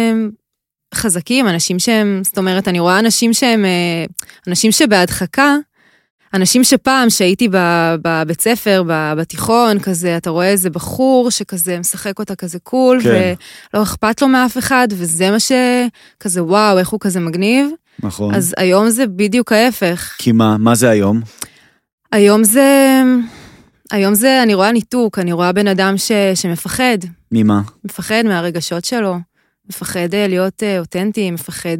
חזקים, אנשים שהם, זאת אומרת, אני רואה אנשים שהם, אנשים שבהדחקה, אנשים שפעם שהייתי בבית ספר, בתיכון, כזה, אתה רואה איזה בחור שכזה משחק אותה כזה קול, כן. ולא אכפת לו מאף אחד, וזה מה שכזה, וואו, איך הוא כזה מגניב. נכון. אז היום זה בדיוק ההפך. כי מה, מה זה היום? היום זה, היום זה, אני רואה ניתוק, אני רואה בן אדם ש, שמפחד. ממה? מפחד מהרגשות שלו. מפחד להיות אותנטי, מפחד,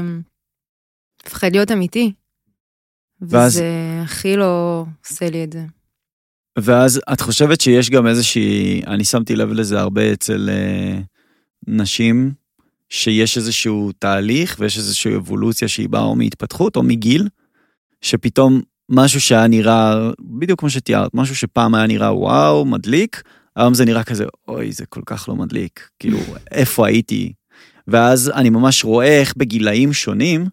מפחד להיות אמיתי. ואז... וזה הכי לא עושה לי את זה. ואז את חושבת שיש גם איזושהי, אני שמתי לב לזה הרבה אצל אה, נשים, שיש איזשהו תהליך, ויש איזושהי אבולוציה שהיא באה או מהתפתחות או מגיל, שפתאום משהו שהיה נראה, בדיוק כמו שתיארת, משהו שפעם היה נראה וואו, מדליק, היום זה נראה כזה, אוי, זה כל כך לא מדליק, כאילו, איפה הייתי? ואז אני ממש רואה איך בגילאים שונים,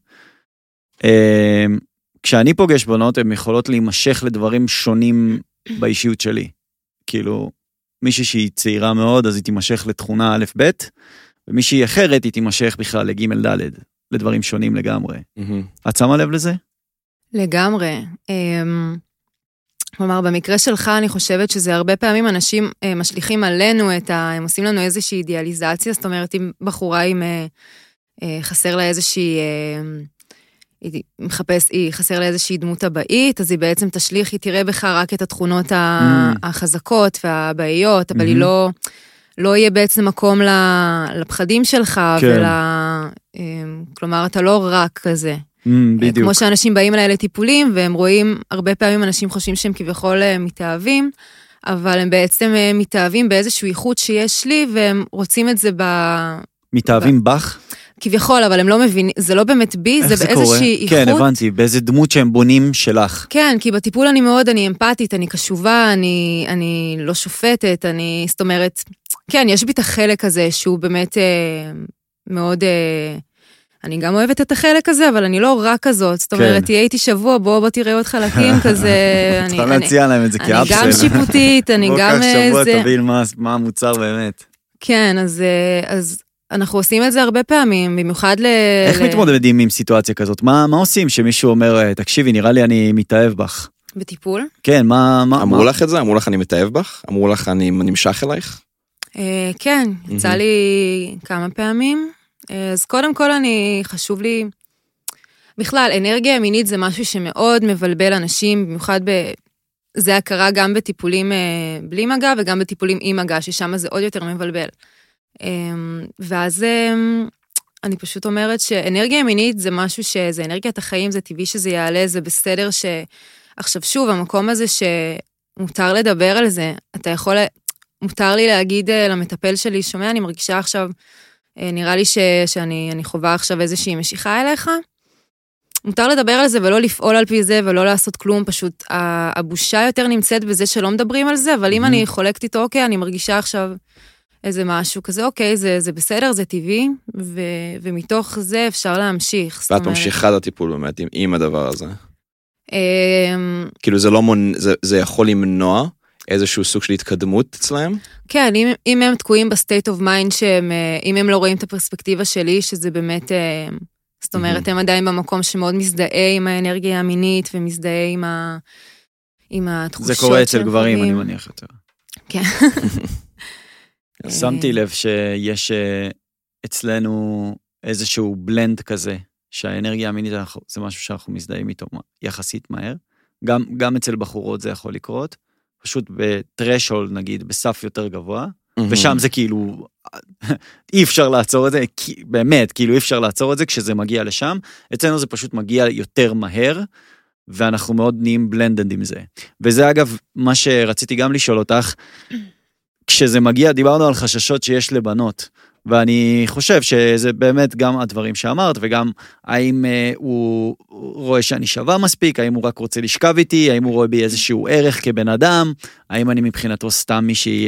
כשאני פוגש בנות, הן יכולות להימשך לדברים שונים באישיות שלי. כאילו, מישהי שהיא צעירה מאוד, אז היא תימשך לתכונה א' ב', ומישהי אחרת היא תימשך בכלל לג' ד', לדברים שונים לגמרי. את שמה לב לזה? לגמרי. כלומר, במקרה שלך אני חושבת שזה הרבה פעמים אנשים משליכים עלינו את ה... הם עושים לנו איזושהי אידיאליזציה, זאת אומרת, אם בחורה עם חסר לה איזושהי... היא מחפש, היא חסר לה איזושהי דמות הבאית, אז היא בעצם תשליך, היא תראה בך רק את התכונות החזקות והבאיות, אבל היא לא... לא יהיה בעצם מקום לפחדים שלך, ול... כלומר, אתה לא רק כזה. בדיוק. כמו שאנשים באים אליי לטיפולים, והם רואים, הרבה פעמים אנשים חושבים שהם כביכול מתאהבים, אבל הם בעצם מתאהבים באיזשהו איכות שיש לי, והם רוצים את זה ב... מתאהבים בך? כביכול, אבל הם לא מבינים, זה לא באמת בי, זה באיזושהי איכות. כן, הבנתי, באיזה דמות שהם בונים שלך. כן, כי בטיפול אני מאוד, אני אמפתית, אני קשובה, אני, אני לא שופטת, אני, זאת אומרת, כן, יש בי את החלק הזה, שהוא באמת אה, מאוד, אה, אני גם אוהבת את החלק הזה, אבל אני לא רק כזאת, זאת אומרת, תהיה איתי שבוע, בוא, בוא תראה עוד חלקים כזה, אני, אני, להציע להם את זה כאפסל. אני גם שיפוטית, אני גם... בוא כך שבוע תבין מה, מה המוצר באמת. כן, אז, אז אנחנו עושים את זה הרבה פעמים, במיוחד ל... איך ל... מתמודדים עם סיטואציה כזאת? מה, מה עושים שמישהו אומר, תקשיבי, נראה לי אני מתאהב בך? בטיפול? כן, מה... מה אמרו מה? לך את זה? אמרו לך אני מתאהב בך? אמרו לך אני נמשך אלייך? אה, כן, יצא לי כמה פעמים. אז קודם כל אני, חשוב לי... בכלל, אנרגיה מינית זה משהו שמאוד מבלבל אנשים, במיוחד ב... זה קרה גם בטיפולים בלי מגע, וגם בטיפולים עם מגע, ששם זה עוד יותר מבלבל. ואז אני פשוט אומרת שאנרגיה מינית זה משהו שזה אנרגיית החיים, זה טבעי שזה יעלה, זה בסדר ש... עכשיו שוב, המקום הזה שמותר לדבר על זה, אתה יכול... מותר לי להגיד למטפל שלי, שומע, אני מרגישה עכשיו, נראה לי ש... שאני אני חובה עכשיו איזושהי משיכה אליך, מותר לדבר על זה ולא לפעול על פי זה ולא לעשות כלום, פשוט הבושה יותר נמצאת בזה שלא מדברים על זה, אבל אם אני חולקת איתו, אוקיי, אני מרגישה עכשיו איזה משהו כזה, אוקיי, זה, זה בסדר, זה טבעי, ו, ומתוך זה אפשר להמשיך. ואת ממשיכה את הטיפול באמת עם, עם הדבר הזה. כאילו זה לא מונ... זה, זה יכול למנוע איזשהו סוג של התקדמות אצלהם? כן, אם, אם הם תקועים בסטייט אוף מיינד, אם הם לא רואים את הפרספקטיבה שלי, שזה באמת... זאת אומרת, הם עדיין במקום שמאוד מזדהה עם האנרגיה המינית, ומזדהה עם, ה... עם התחושות. זה קורה אצל גברים, אני מניח יותר. כן. שמתי לב שיש אצלנו איזשהו בלנד כזה, שהאנרגיה המינית זה משהו שאנחנו מזדהים איתו יחסית מהר. גם, גם אצל בחורות זה יכול לקרות, פשוט בטרשול, נגיד, בסף יותר גבוה, ושם זה כאילו, אי אפשר לעצור את זה, באמת, כאילו אי אפשר לעצור את זה כשזה מגיע לשם, אצלנו זה פשוט מגיע יותר מהר, ואנחנו מאוד נהיים בלנדד עם זה. וזה אגב, מה שרציתי גם לשאול אותך, כשזה מגיע, דיברנו על חששות שיש לבנות, ואני חושב שזה באמת גם הדברים שאמרת, וגם האם הוא רואה שאני שווה מספיק, האם הוא רק רוצה לשכב איתי, האם הוא רואה בי איזשהו ערך כבן אדם, האם אני מבחינתו סתם מישהי...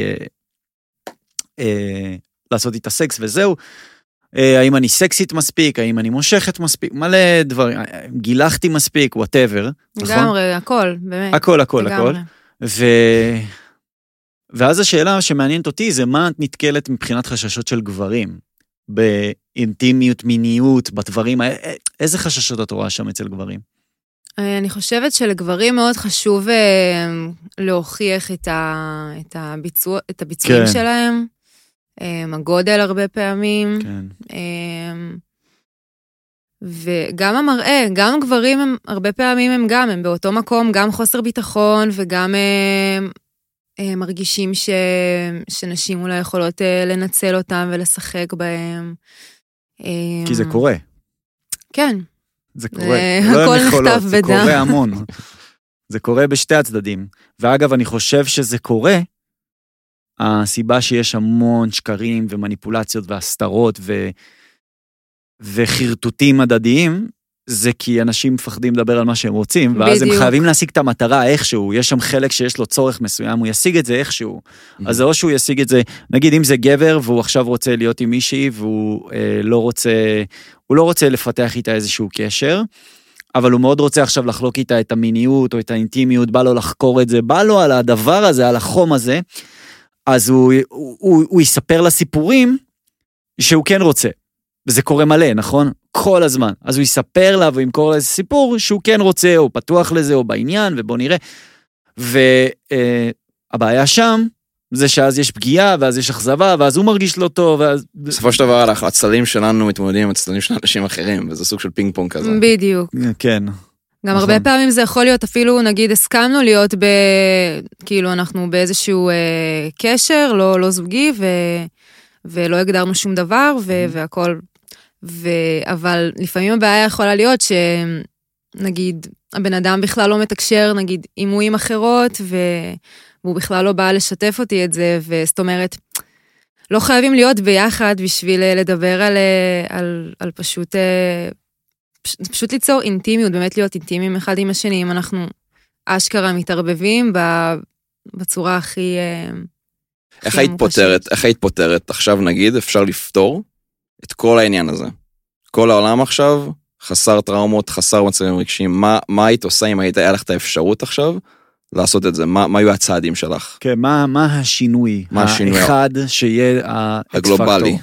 אה, לעשות איתה סקס וזהו, אה, האם אני סקסית מספיק, האם אני מושכת מספיק, מלא דברים, גילחתי מספיק, whatever, נכון? לגמרי, הכל, באמת. הכל, הכל, הכל. ו... ואז השאלה שמעניינת אותי זה מה את נתקלת מבחינת חששות של גברים, באינטימיות, מיניות, בדברים, איזה חששות את רואה שם אצל גברים? אני חושבת שלגברים מאוד חשוב להוכיח את, ה... את, הביצוע... את הביצועים כן. שלהם, הגודל הרבה פעמים, כן. וגם המראה, גם גברים הם, הרבה פעמים הם גם, הם באותו מקום, גם חוסר ביטחון, וגם הם, הם מרגישים ש, שנשים אולי יכולות לנצל אותם ולשחק בהם. כי זה קורה. כן. זה קורה. הכל נכתב בדם. זה קורה המון. זה קורה בשתי הצדדים. ואגב, אני חושב שזה קורה, הסיבה שיש המון שקרים ומניפולציות והסתרות ו... וחרטוטים הדדיים, זה כי אנשים מפחדים לדבר על מה שהם רוצים, ואז בדיוק. הם חייבים להשיג את המטרה איכשהו, יש שם חלק שיש לו צורך מסוים, הוא ישיג את זה איכשהו, אז זה או שהוא ישיג את זה, נגיד אם זה גבר, והוא עכשיו רוצה להיות עם מישהי, והוא אה, לא רוצה, הוא לא רוצה לפתח איתה איזשהו קשר, אבל הוא מאוד רוצה עכשיו לחלוק איתה את המיניות, או את האינטימיות, בא לו לחקור את זה, בא לו על הדבר הזה, על החום הזה, אז הוא, הוא, הוא, הוא יספר לסיפורים, שהוא כן רוצה, וזה קורה מלא, נכון? כל הזמן. אז הוא יספר לה, והוא ימכור לה איזה סיפור, שהוא כן רוצה, או פתוח לזה, או בעניין, ובוא נראה. והבעיה שם, זה שאז יש פגיעה, ואז יש אכזבה, ואז הוא מרגיש לא טוב, ואז... בסופו של דבר, הצללים שלנו מתמודדים עם הצללים של אנשים אחרים, וזה סוג של פינג פונג כזה. בדיוק. כן. גם הרבה פעמים זה יכול להיות, אפילו נגיד הסכמנו להיות ב... כאילו אנחנו באיזשהו אה, קשר, לא, לא זוגי, ו... ולא הגדרנו שום דבר, ו... והכל... ו... אבל לפעמים הבעיה יכולה להיות שנגיד, הבן אדם בכלל לא מתקשר, נגיד, אימויים אחרות, ו... והוא בכלל לא בא לשתף אותי את זה, וזאת אומרת, לא חייבים להיות ביחד בשביל לדבר על, על, על פשוט, פשוט ליצור אינטימיות, באמת להיות אינטימיים אחד עם השני, אם אנחנו אשכרה מתערבבים בצורה הכי... איך היית פותרת, איך היית פותרת? עכשיו נגיד, אפשר לפתור את כל העניין הזה. כל העולם עכשיו חסר טראומות, חסר מצבים רגשיים. מה, מה היית עושה אם היית, היה לך את האפשרות עכשיו לעשות את זה? מה, מה היו הצעדים שלך? כן, מה, מה השינוי? מה השינוי? האחד שיהיה הגלובלי.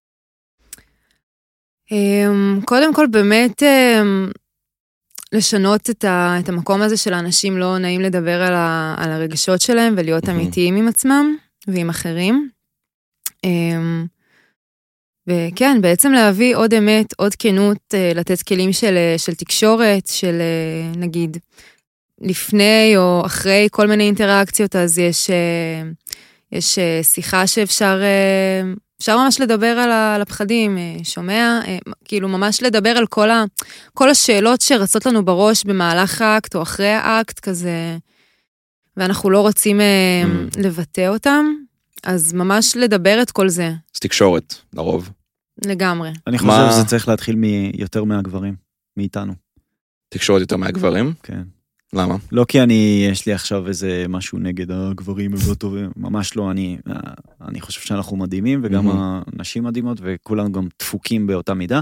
קודם כל באמת לשנות את, ה, את המקום הזה של האנשים לא נעים לדבר על, ה, על הרגשות שלהם ולהיות אמיתיים עם עצמם ועם אחרים. וכן, בעצם להביא עוד אמת, עוד כנות, לתת כלים של, של תקשורת, של נגיד לפני או אחרי כל מיני אינטראקציות, אז יש, יש שיחה שאפשר אפשר ממש לדבר על הפחדים, שומע, כאילו ממש לדבר על כל, ה, כל השאלות שרצות לנו בראש במהלך האקט או אחרי האקט כזה, ואנחנו לא רוצים mm. לבטא אותם, אז ממש לדבר את כל זה. זה תקשורת, לרוב. לגמרי. אני חושב מה... שזה צריך להתחיל יותר מהגברים, מאיתנו. תקשורת יותר מהגברים? כן. למה? לא כי אני, יש לי עכשיו איזה משהו נגד הגברים הם לא טובים, ממש לא, אני, אני חושב שאנחנו מדהימים, וגם הנשים מדהימות, וכולנו גם דפוקים באותה מידה,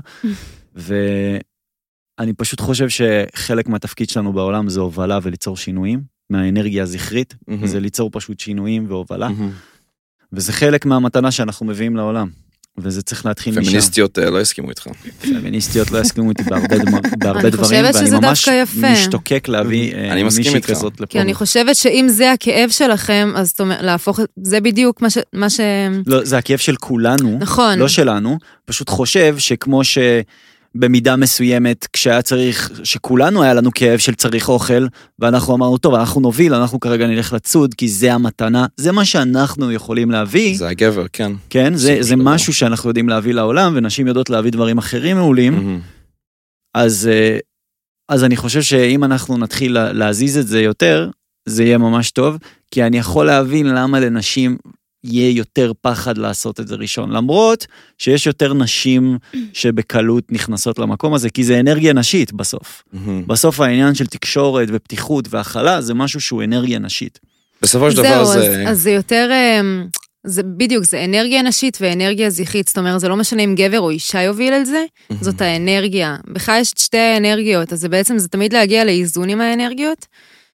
ואני פשוט חושב שחלק מהתפקיד שלנו בעולם זה הובלה וליצור שינויים, מהאנרגיה הזכרית, זה ליצור פשוט שינויים והובלה, וזה חלק מהמתנה שאנחנו מביאים לעולם. וזה צריך להתחיל משם. פמיניסטיות לא הסכימו איתך. פמיניסטיות לא הסכימו איתי בהרבה דברים, ואני ממש משתוקק להביא מישהי כזאת לפה. כי אני חושבת שאם זה הכאב שלכם, אז להפוך, זה בדיוק מה ש... לא, זה הכאב של כולנו, נכון. לא שלנו, פשוט חושב שכמו ש... במידה מסוימת, כשהיה צריך, שכולנו היה לנו כאב של צריך אוכל, ואנחנו אמרנו, טוב, אנחנו נוביל, אנחנו כרגע נלך לצוד, כי זה המתנה, זה מה שאנחנו יכולים להביא. זה הגבר, כן. כן, זה, זה משהו שאנחנו יודעים להביא לעולם, ונשים יודעות להביא דברים אחרים מעולים, אז, אז אני חושב שאם אנחנו נתחיל להזיז את זה יותר, זה יהיה ממש טוב, כי אני יכול להבין למה לנשים יהיה יותר פחד לעשות את זה ראשון, למרות שיש יותר נשים שבקלות נכנסות למקום הזה, כי זה אנרגיה נשית בסוף. בסוף העניין של תקשורת ופתיחות והכלה, זה משהו שהוא אנרגיה נשית. בסופו של דבר זה... אז זה יותר, זה בדיוק, זה אנרגיה נשית ואנרגיה זכרית, זאת אומרת, זה לא משנה אם גבר או אישה יוביל על זה, זאת האנרגיה. בך יש שתי האנרגיות, אז זה בעצם, זה תמיד להגיע לאיזון עם האנרגיות,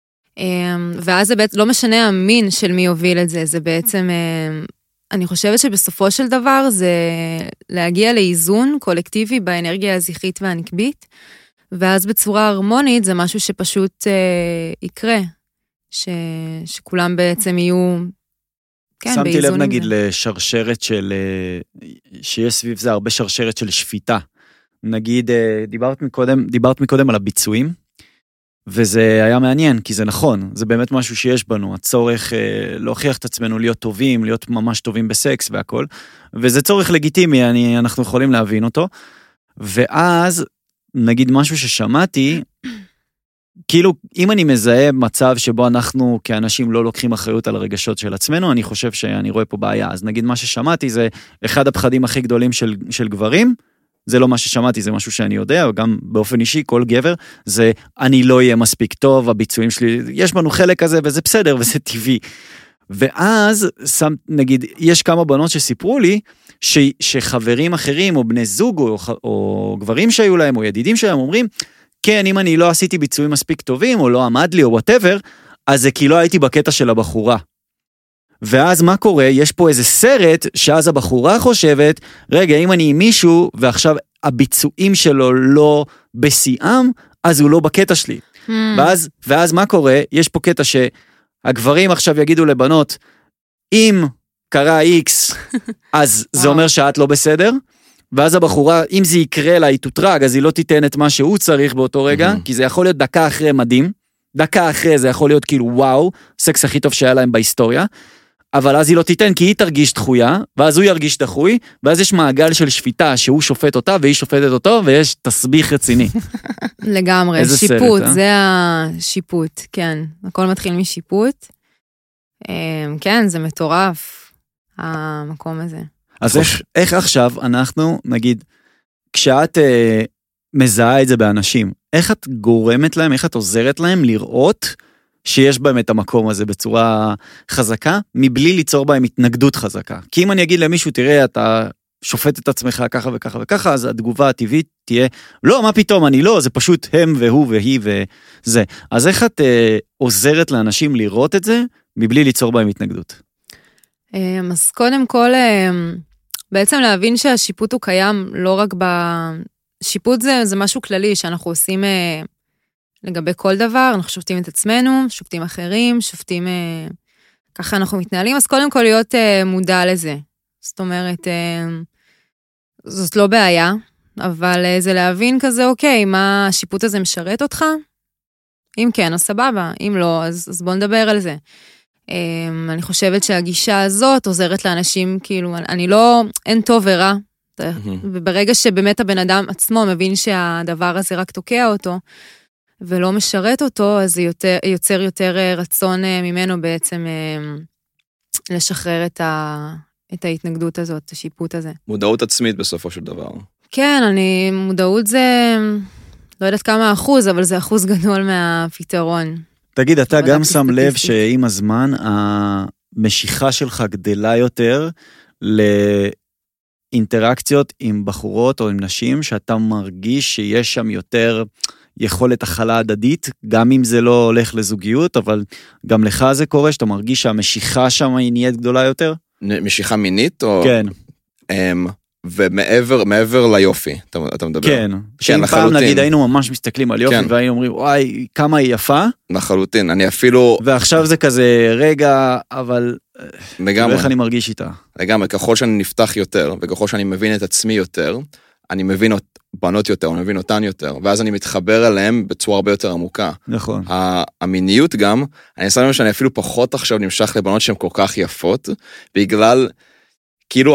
ואז זה בעצם, לא משנה המין של מי יוביל את זה, זה בעצם, אני חושבת שבסופו של דבר זה להגיע לאיזון קולקטיבי באנרגיה הזכרית והנקבית, ואז בצורה הרמונית זה משהו שפשוט יקרה, ש, שכולם בעצם יהיו, כן, שמתי באיזון. לב נגיד לשרשרת של, שיש סביב זה הרבה שרשרת של שפיטה. נגיד, דיברת מקודם, דיברת מקודם על הביצועים, וזה היה מעניין, כי זה נכון, זה באמת משהו שיש בנו, הצורך אה, להוכיח את עצמנו, להיות טובים, להיות ממש טובים בסקס והכל, וזה צורך לגיטימי, אני, אנחנו יכולים להבין אותו, ואז, נגיד משהו ששמעתי, כאילו, אם אני מזהה מצב שבו אנחנו כאנשים לא לוקחים אחריות על הרגשות של עצמנו, אני חושב שאני רואה פה בעיה, אז נגיד מה ששמעתי זה, אחד הפחדים הכי גדולים של, של גברים, זה לא מה ששמעתי, זה משהו שאני יודע, וגם באופן אישי, כל גבר, זה אני לא אהיה מספיק טוב, הביצועים שלי, יש בנו חלק כזה, וזה בסדר, וזה טבעי. ואז, שם, נגיד, יש כמה בנות שסיפרו לי, ש, שחברים אחרים, או בני זוג, או, או גברים שהיו להם, או ידידים שלהם, אומרים, כן, אם אני לא עשיתי ביצועים מספיק טובים, או לא עמד לי, או whatever, אז זה כי לא הייתי בקטע של הבחורה. ואז מה קורה? יש פה איזה סרט, שאז הבחורה חושבת, רגע, אם אני עם מישהו, ועכשיו הביצועים שלו לא בשיאם, אז הוא לא בקטע שלי. Hmm. ואז, ואז מה קורה? יש פה קטע שהגברים עכשיו יגידו לבנות, אם קרה X, אז זה אומר שאת לא בסדר, ואז הבחורה, אם זה יקרה לה, היא תוטרג, אז היא לא תיתן את מה שהוא צריך באותו רגע, כי זה יכול להיות דקה אחרי מדהים, דקה אחרי זה יכול להיות כאילו וואו, סקס הכי טוב שהיה להם בהיסטוריה, אבל אז היא לא תיתן כי היא תרגיש דחויה, ואז הוא ירגיש דחוי, ואז יש מעגל של שפיטה שהוא שופט אותה והיא שופטת אותו, ויש תסביך רציני. לגמרי, שיפוט, זה השיפוט, כן, הכל מתחיל משיפוט. כן, זה מטורף, המקום הזה. אז איך, איך עכשיו אנחנו, נגיד, כשאת אה, מזהה את זה באנשים, איך את גורמת להם, איך את עוזרת להם לראות שיש בהם את המקום הזה בצורה חזקה, מבלי ליצור בהם התנגדות חזקה. כי אם אני אגיד למישהו, תראה, אתה שופט את עצמך ככה וככה וככה, אז התגובה הטבעית תהיה, לא, מה פתאום, אני לא, זה פשוט הם והוא והיא וזה. אז איך את אה, עוזרת לאנשים לראות את זה, מבלי ליצור בהם התנגדות? אז קודם כל, בעצם להבין שהשיפוט הוא קיים לא רק ב... שיפוט זה, זה משהו כללי שאנחנו עושים לגבי כל דבר, אנחנו שופטים את עצמנו, שופטים אחרים, שופטים, ככה אנחנו מתנהלים, אז קודם כל להיות מודע לזה. זאת אומרת, זאת לא בעיה, אבל זה להבין כזה, אוקיי, מה השיפוט הזה משרת אותך? אם כן, אז סבבה, אם לא, אז, אז בוא נדבר על זה. אני חושבת שהגישה הזאת עוזרת לאנשים, כאילו, אני לא, אין טוב ורע, וברגע שבאמת הבן אדם עצמו מבין שהדבר הזה רק תוקע אותו, ולא משרת אותו, אז זה יותר, יוצר יותר רצון ממנו בעצם לשחרר את, ה, את ההתנגדות הזאת, את השיפוט הזה. מודעות עצמית בסופו של דבר. כן, אני, מודעות זה, לא יודעת כמה אחוז, אבל זה אחוז גדול מהפתרון. תגיד, אתה גם שם לב שעם הזמן, המשיכה שלך גדלה יותר לאינטראקציות עם בחורות או עם נשים, שאתה מרגיש שיש שם יותר יכולת הכלה הדדית, גם אם זה לא הולך לזוגיות, אבל גם לך זה קורה, שאתה מרגיש שהמשיכה שם היא נהיית גדולה יותר? משיכה מינית? או... כן. ומעבר מעבר ליופי, אתה, אתה מדבר. כן, שאם פעם נגיד היינו ממש מסתכלים על יופי, כן. והיינו אומרים, וואי, כמה היא יפה. לחלוטין, אני אפילו... ועכשיו זה כזה, רגע, אבל... לגמרי. ואיך אני מרגיש איתה? לגמרי, ככל שאני נפתח יותר, וככל שאני מבין את עצמי יותר, אני מבין בנות יותר, אני מבין אותן יותר, ואז אני מתחבר אליהם בצורה הרבה יותר עמוקה. נכון. המיניות גם, אני שם שאני אפילו פחות עכשיו נמשך לבנות שהן כל כך יפות, בגלל, כאילו,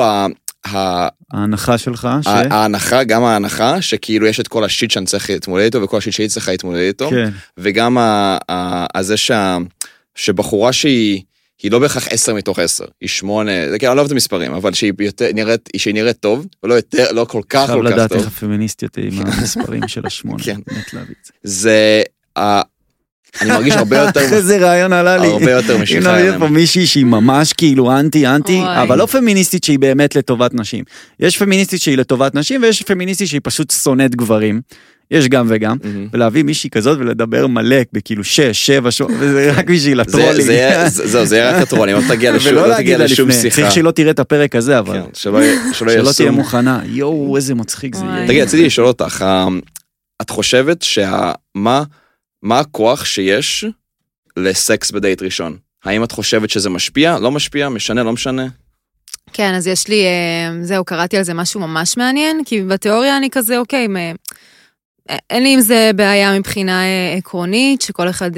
ההנחה שלך, ש... ההנחה, גם ההנחה, שכאילו יש את כל השיט שאני צריך להתמודד איתו, וכל השיט שהיא צריכה להתמודד איתו, וגם הזה שבחורה שהיא, היא לא בהכרח עשר מתוך עשר, היא שמונה, זה כאילו, אני לא אוהב את המספרים, אבל שהיא נראית, שהיא נראית טוב, ולא יותר, לא כל כך כל כך טוב. חייב לדעת איך הפמיניסטיות עם המספרים של השמונה. כן. זה... אני מרגיש הרבה יותר... איזה רעיון עלה לי. הרבה יותר משיכה. הנה, יש פה מישהי שהיא ממש כאילו אנטי, אנטי, אבל לא פמיניסטית שהיא באמת לטובת נשים. יש פמיניסטית שהיא לטובת נשים, ויש פמיניסטית שהיא פשוט שונאת גברים. יש גם וגם. ולהביא מישהי כזאת ולדבר מלא, בכאילו שש, שבע, וזה רק בשביל הטרולים. זהו, זה יהיה רק הטרולים, לא תגיע לשום שיחה. צריך שלא תראה את הפרק הזה, אבל... שלא תהיה מוכנה. יואו, איזה מצחיק זה יהיה. תגיד, רציתי לשאול אותך, את חושבת שמה מה הכוח שיש לסקס בדייט ראשון? האם את חושבת שזה משפיע? לא משפיע? משנה? לא משנה? כן, אז יש לי, זהו, קראתי על זה משהו ממש מעניין, כי בתיאוריה אני כזה, אוקיי, אין לי עם זה בעיה מבחינה עקרונית, שכל אחד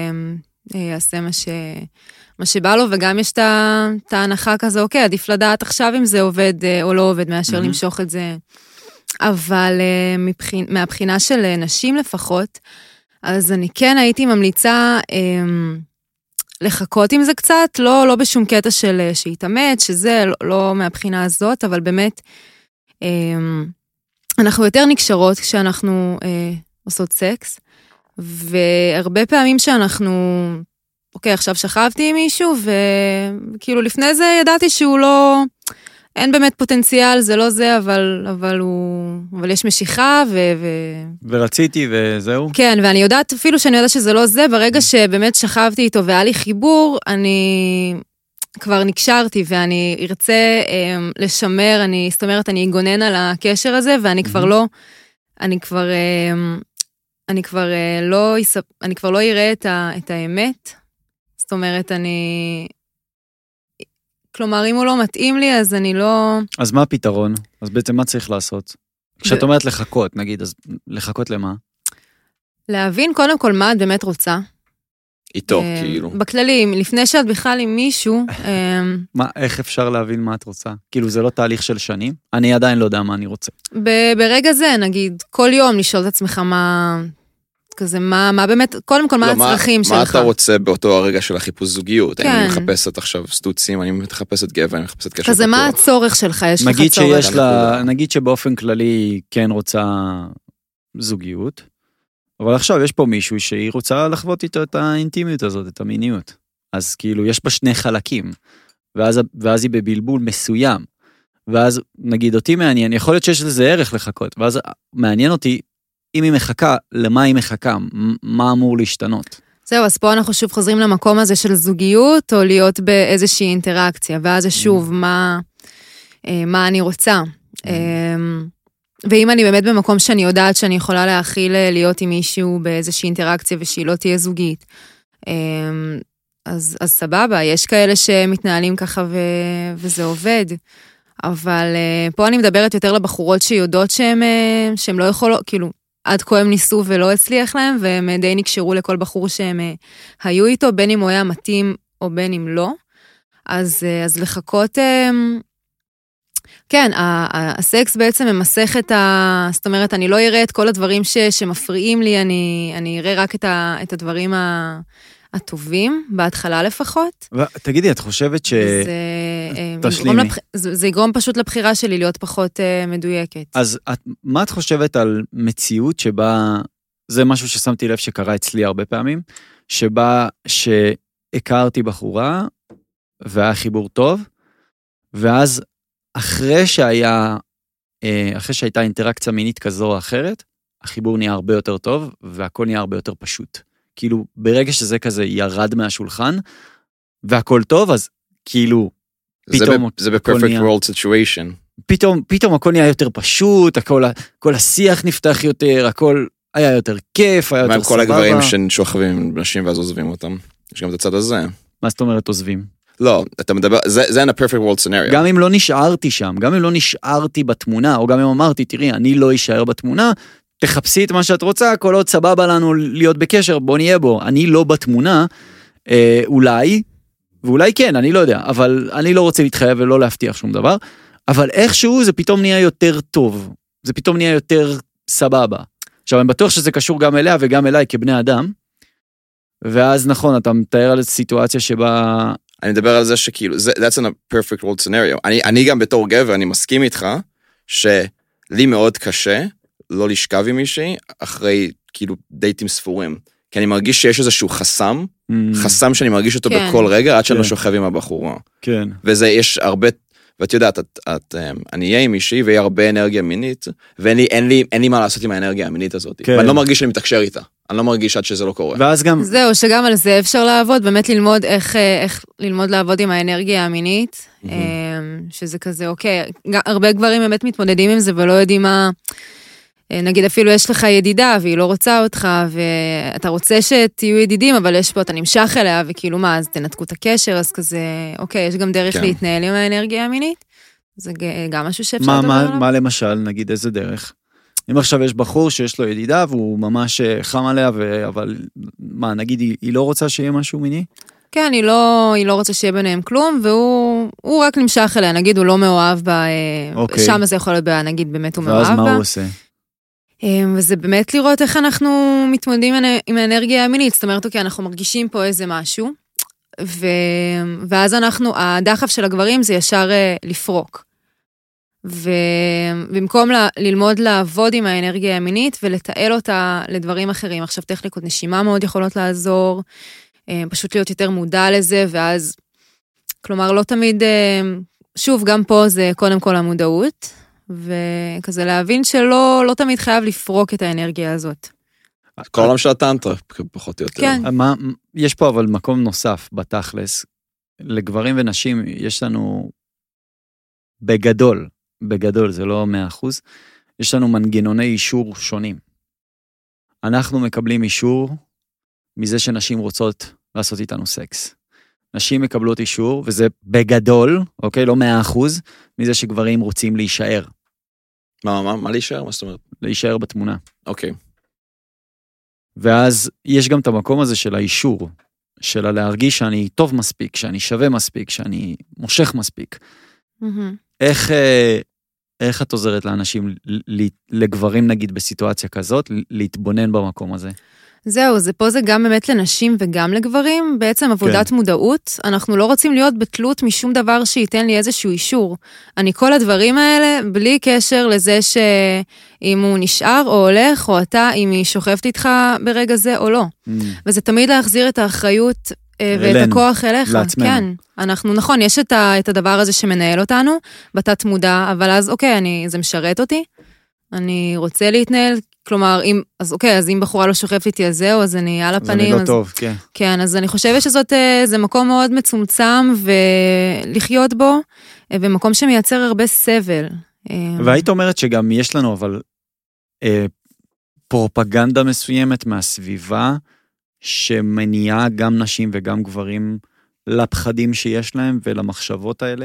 יעשה מה ש... מה שבא לו, וגם יש את ההנחה כזה, אוקיי, עדיף לדעת עכשיו אם זה עובד או לא עובד, מאשר למשוך את זה. אבל מהבחינה של נשים לפחות, אז אני כן הייתי ממליצה אה, לחכות עם זה קצת, לא, לא בשום קטע של שהתאמת, שזה לא, לא מהבחינה הזאת, אבל באמת, אה, אנחנו יותר נקשרות כשאנחנו אה, עושות סקס, והרבה פעמים שאנחנו, אוקיי, עכשיו שכבתי עם מישהו, וכאילו לפני זה ידעתי שהוא לא, אין באמת פוטנציאל, זה לא זה, אבל, אבל הוא, אבל יש משיכה, ו... ו... ורציתי וזהו. כן, ואני יודעת, אפילו שאני יודעת שזה לא זה, ברגע שבאמת שכבתי איתו והיה לי חיבור, אני כבר נקשרתי, ואני ארצה אה, לשמר, אני, זאת אומרת, אני אגונן על הקשר הזה, ואני כבר לא, אני כבר, אה, אני כבר אה, לא, אני כבר לא אראה את, ה, את האמת. זאת אומרת, אני... כלומר, אם הוא לא מתאים לי, אז אני לא... אז מה הפתרון? אז בעצם מה צריך לעשות? כשאת אומרת לחכות, נגיד, אז לחכות למה? להבין קודם כל מה את באמת רוצה. איתו, כאילו. בכללי, לפני שאת בכלל עם מישהו... מה, איך אפשר להבין מה את רוצה? כאילו, זה לא תהליך של שנים? אני עדיין לא יודע מה אני רוצה. ברגע זה, נגיד, כל יום לשאול את עצמך מה... כזה, מה, מה באמת, קודם כל, מה הצרכים שלך? מה אתה רוצה באותו הרגע של החיפוש זוגיות? אני מחפשת עכשיו סטוצים, אני מחפשת גבר, אני מחפשת קשר פתוח. כזה, מה הצורך שלך? יש לך צורך? נגיד שבאופן כללי כן רוצה זוגיות, אבל עכשיו יש פה מישהו שהיא רוצה לחוות איתו את האינטימיות הזאת, את המיניות. אז כאילו, יש פה שני חלקים, ואז, ואז היא בבלבול מסוים, ואז נגיד אותי מעניין, יכול להיות שיש לזה ערך לחכות, ואז מעניין אותי, אם היא מחכה, למה היא מחכה? מה אמור להשתנות? זהו, אז פה אנחנו שוב חוזרים למקום הזה של זוגיות, או להיות באיזושהי אינטראקציה, ואז זה שוב, מה, מה אני רוצה. ואם אני באמת במקום שאני יודעת שאני יכולה להכיל להיות עם מישהו באיזושהי אינטראקציה, ושהיא לא תהיה זוגית, אז, אז סבבה, יש כאלה שמתנהלים ככה ו, וזה עובד. אבל פה אני מדברת יותר לבחורות שיודעות שהן, שהן לא יכולות, כאילו, עד כה הם ניסו ולא הצליח להם, והם די נקשרו לכל בחור שהם היו איתו, בין אם הוא היה מתאים או בין אם לא. אז, אז לחכות, כן, הסקס בעצם ממסך את ה... זאת אומרת, אני לא אראה את כל הדברים ש, שמפריעים לי, אני, אני אראה רק את, ה, את הדברים ה... הטובים, בהתחלה לפחות. תגידי, את חושבת ש... תשלימי. זה, זה יגרום פשוט לבחירה שלי להיות פחות uh, מדויקת. אז את, מה את חושבת על מציאות שבה, זה משהו ששמתי לב שקרה אצלי הרבה פעמים, שבה שהכרתי בחורה, והיה חיבור טוב, ואז אחרי שהיה, אחרי שהייתה אינטראקציה מינית כזו או אחרת, החיבור נהיה הרבה יותר טוב, והכל נהיה הרבה יותר פשוט. כאילו, ברגע שזה כזה ירד מהשולחן, והכל טוב, אז כאילו, פתאום... זה ב-perfect world situation. פתאום, פתאום הכל נהיה יותר פשוט, הכל, כל השיח נפתח יותר, הכל היה יותר כיף, היה יותר סבבה. מה עם כל הגברים ששוכבים עם נשים ואז עוזבים אותם? יש גם את הצד הזה. מה זאת אומרת עוזבים? לא, אתה מדבר, זה, זה in a perfect world scenario. גם אם לא נשארתי שם, גם אם לא נשארתי בתמונה, או גם אם אמרתי, תראי, אני לא אשאר בתמונה, תחפשי את מה שאת רוצה, כל עוד סבבה לנו להיות בקשר, בוא נהיה בו. אני לא בתמונה, אה, אולי, ואולי כן, אני לא יודע, אבל אני לא רוצה להתחייב ולא להבטיח שום דבר, אבל איכשהו זה פתאום נהיה יותר טוב, זה פתאום נהיה יותר סבבה. עכשיו, אני בטוח שזה קשור גם אליה וגם אליי כבני אדם, ואז נכון, אתה מתאר על סיטואציה שבה... אני מדבר על זה שכאילו, that's in a perfect world scenario. אני, אני גם בתור גבר, אני מסכים איתך, שלי מאוד קשה, לא לשכב עם מישהי, אחרי כאילו דייטים ספורים. כי אני מרגיש שיש איזשהו חסם, mm. חסם שאני מרגיש אותו כן. בכל רגע, עד שאני כן. לא שוכב עם הבחורה. כן. וזה, יש הרבה, ואת יודעת, את, את, אני אהיה עם מישהי, ויהיה הרבה אנרגיה מינית, ואין לי, אין לי, אין לי מה לעשות עם האנרגיה המינית הזאת. כן. ואני לא מרגיש שאני מתקשר איתה. אני לא מרגיש עד שזה לא קורה. ואז גם... זהו, שגם על זה אפשר לעבוד, באמת ללמוד איך, איך ללמוד לעבוד עם האנרגיה המינית, mm-hmm. שזה כזה, אוקיי, הרבה גברים באמת מתמודדים עם זה, ולא יודעים מה... נגיד אפילו יש לך ידידה והיא לא רוצה אותך ואתה רוצה שתהיו ידידים אבל יש פה אתה נמשך אליה וכאילו מה אז תנתקו את הקשר אז כזה אוקיי יש גם דרך כן. להתנהל עם האנרגיה המינית זה גם משהו שאפשר לדבר עליו. מה למשל נגיד איזה דרך? אם עכשיו יש בחור שיש לו ידידה והוא ממש חם עליה ו... אבל מה נגיד היא, היא לא רוצה שיהיה משהו מיני? כן היא לא, היא לא רוצה שיהיה ביניהם כלום והוא הוא רק נמשך אליה נגיד הוא לא מאוהב בה אוקיי. שם זה יכול להיות בה נגיד באמת הוא מאוהב בה. ואז מה הוא עושה? וזה באמת לראות איך אנחנו מתמודדים עם האנרגיה המינית, זאת אומרת, אוקיי, אנחנו מרגישים פה איזה משהו, ו... ואז אנחנו, הדחף של הגברים זה ישר לפרוק. ובמקום ל- ללמוד לעבוד עם האנרגיה המינית ולתעל אותה לדברים אחרים, עכשיו טכניקות נשימה מאוד יכולות לעזור, פשוט להיות יותר מודע לזה, ואז, כלומר, לא תמיד, שוב, גם פה זה קודם כל המודעות, וכזה להבין שלא לא תמיד חייב לפרוק את האנרגיה הזאת. כל העולם של הטנטרה, פחות או יותר. כן. מה, יש פה אבל מקום נוסף בתכלס, לגברים ונשים יש לנו בגדול, בגדול זה לא מאה אחוז, יש לנו מנגנוני אישור שונים. אנחנו מקבלים אישור מזה שנשים רוצות לעשות איתנו סקס. נשים מקבלות אישור, וזה בגדול, אוקיי, לא מאה אחוז, מזה שגברים רוצים להישאר. מה, מה, מה להישאר? מה זאת אומרת? להישאר בתמונה. אוקיי. ואז יש גם את המקום הזה של האישור, של להרגיש שאני טוב מספיק, שאני שווה מספיק, שאני מושך מספיק. איך, איך את עוזרת לאנשים, לגברים נגיד בסיטואציה כזאת, להתבונן במקום הזה? זהו, זה פה זה גם באמת לנשים וגם לגברים, בעצם עבודת כן. מודעות, אנחנו לא רוצים להיות בתלות משום דבר שייתן לי איזשהו אישור. אני כל הדברים האלה, בלי קשר לזה שאם הוא נשאר או הולך, או אתה, אם היא שוכבת איתך ברגע זה או לא. Mm. וזה תמיד להחזיר את האחריות ואת אלינו, הכוח אליך. לעצמנו. כן, אנחנו, נכון, יש את, ה, את הדבר הזה שמנהל אותנו, בתת מודע, אבל אז אוקיי, אני, זה משרת אותי, אני רוצה להתנהל, כלומר, אם, אז אוקיי, אז אם בחורה לא שוכבת איתי אז זהו, אז אני על הפנים. אז אני לא אז, טוב, כן. כן, אז אני חושבת שזאת, זה מקום מאוד מצומצם, ולחיות בו, במקום שמייצר הרבה סבל. והיית אומרת שגם יש לנו, אבל, אה, פרופגנדה מסוימת מהסביבה, שמניעה גם נשים וגם גברים לפחדים שיש להם, ולמחשבות האלה?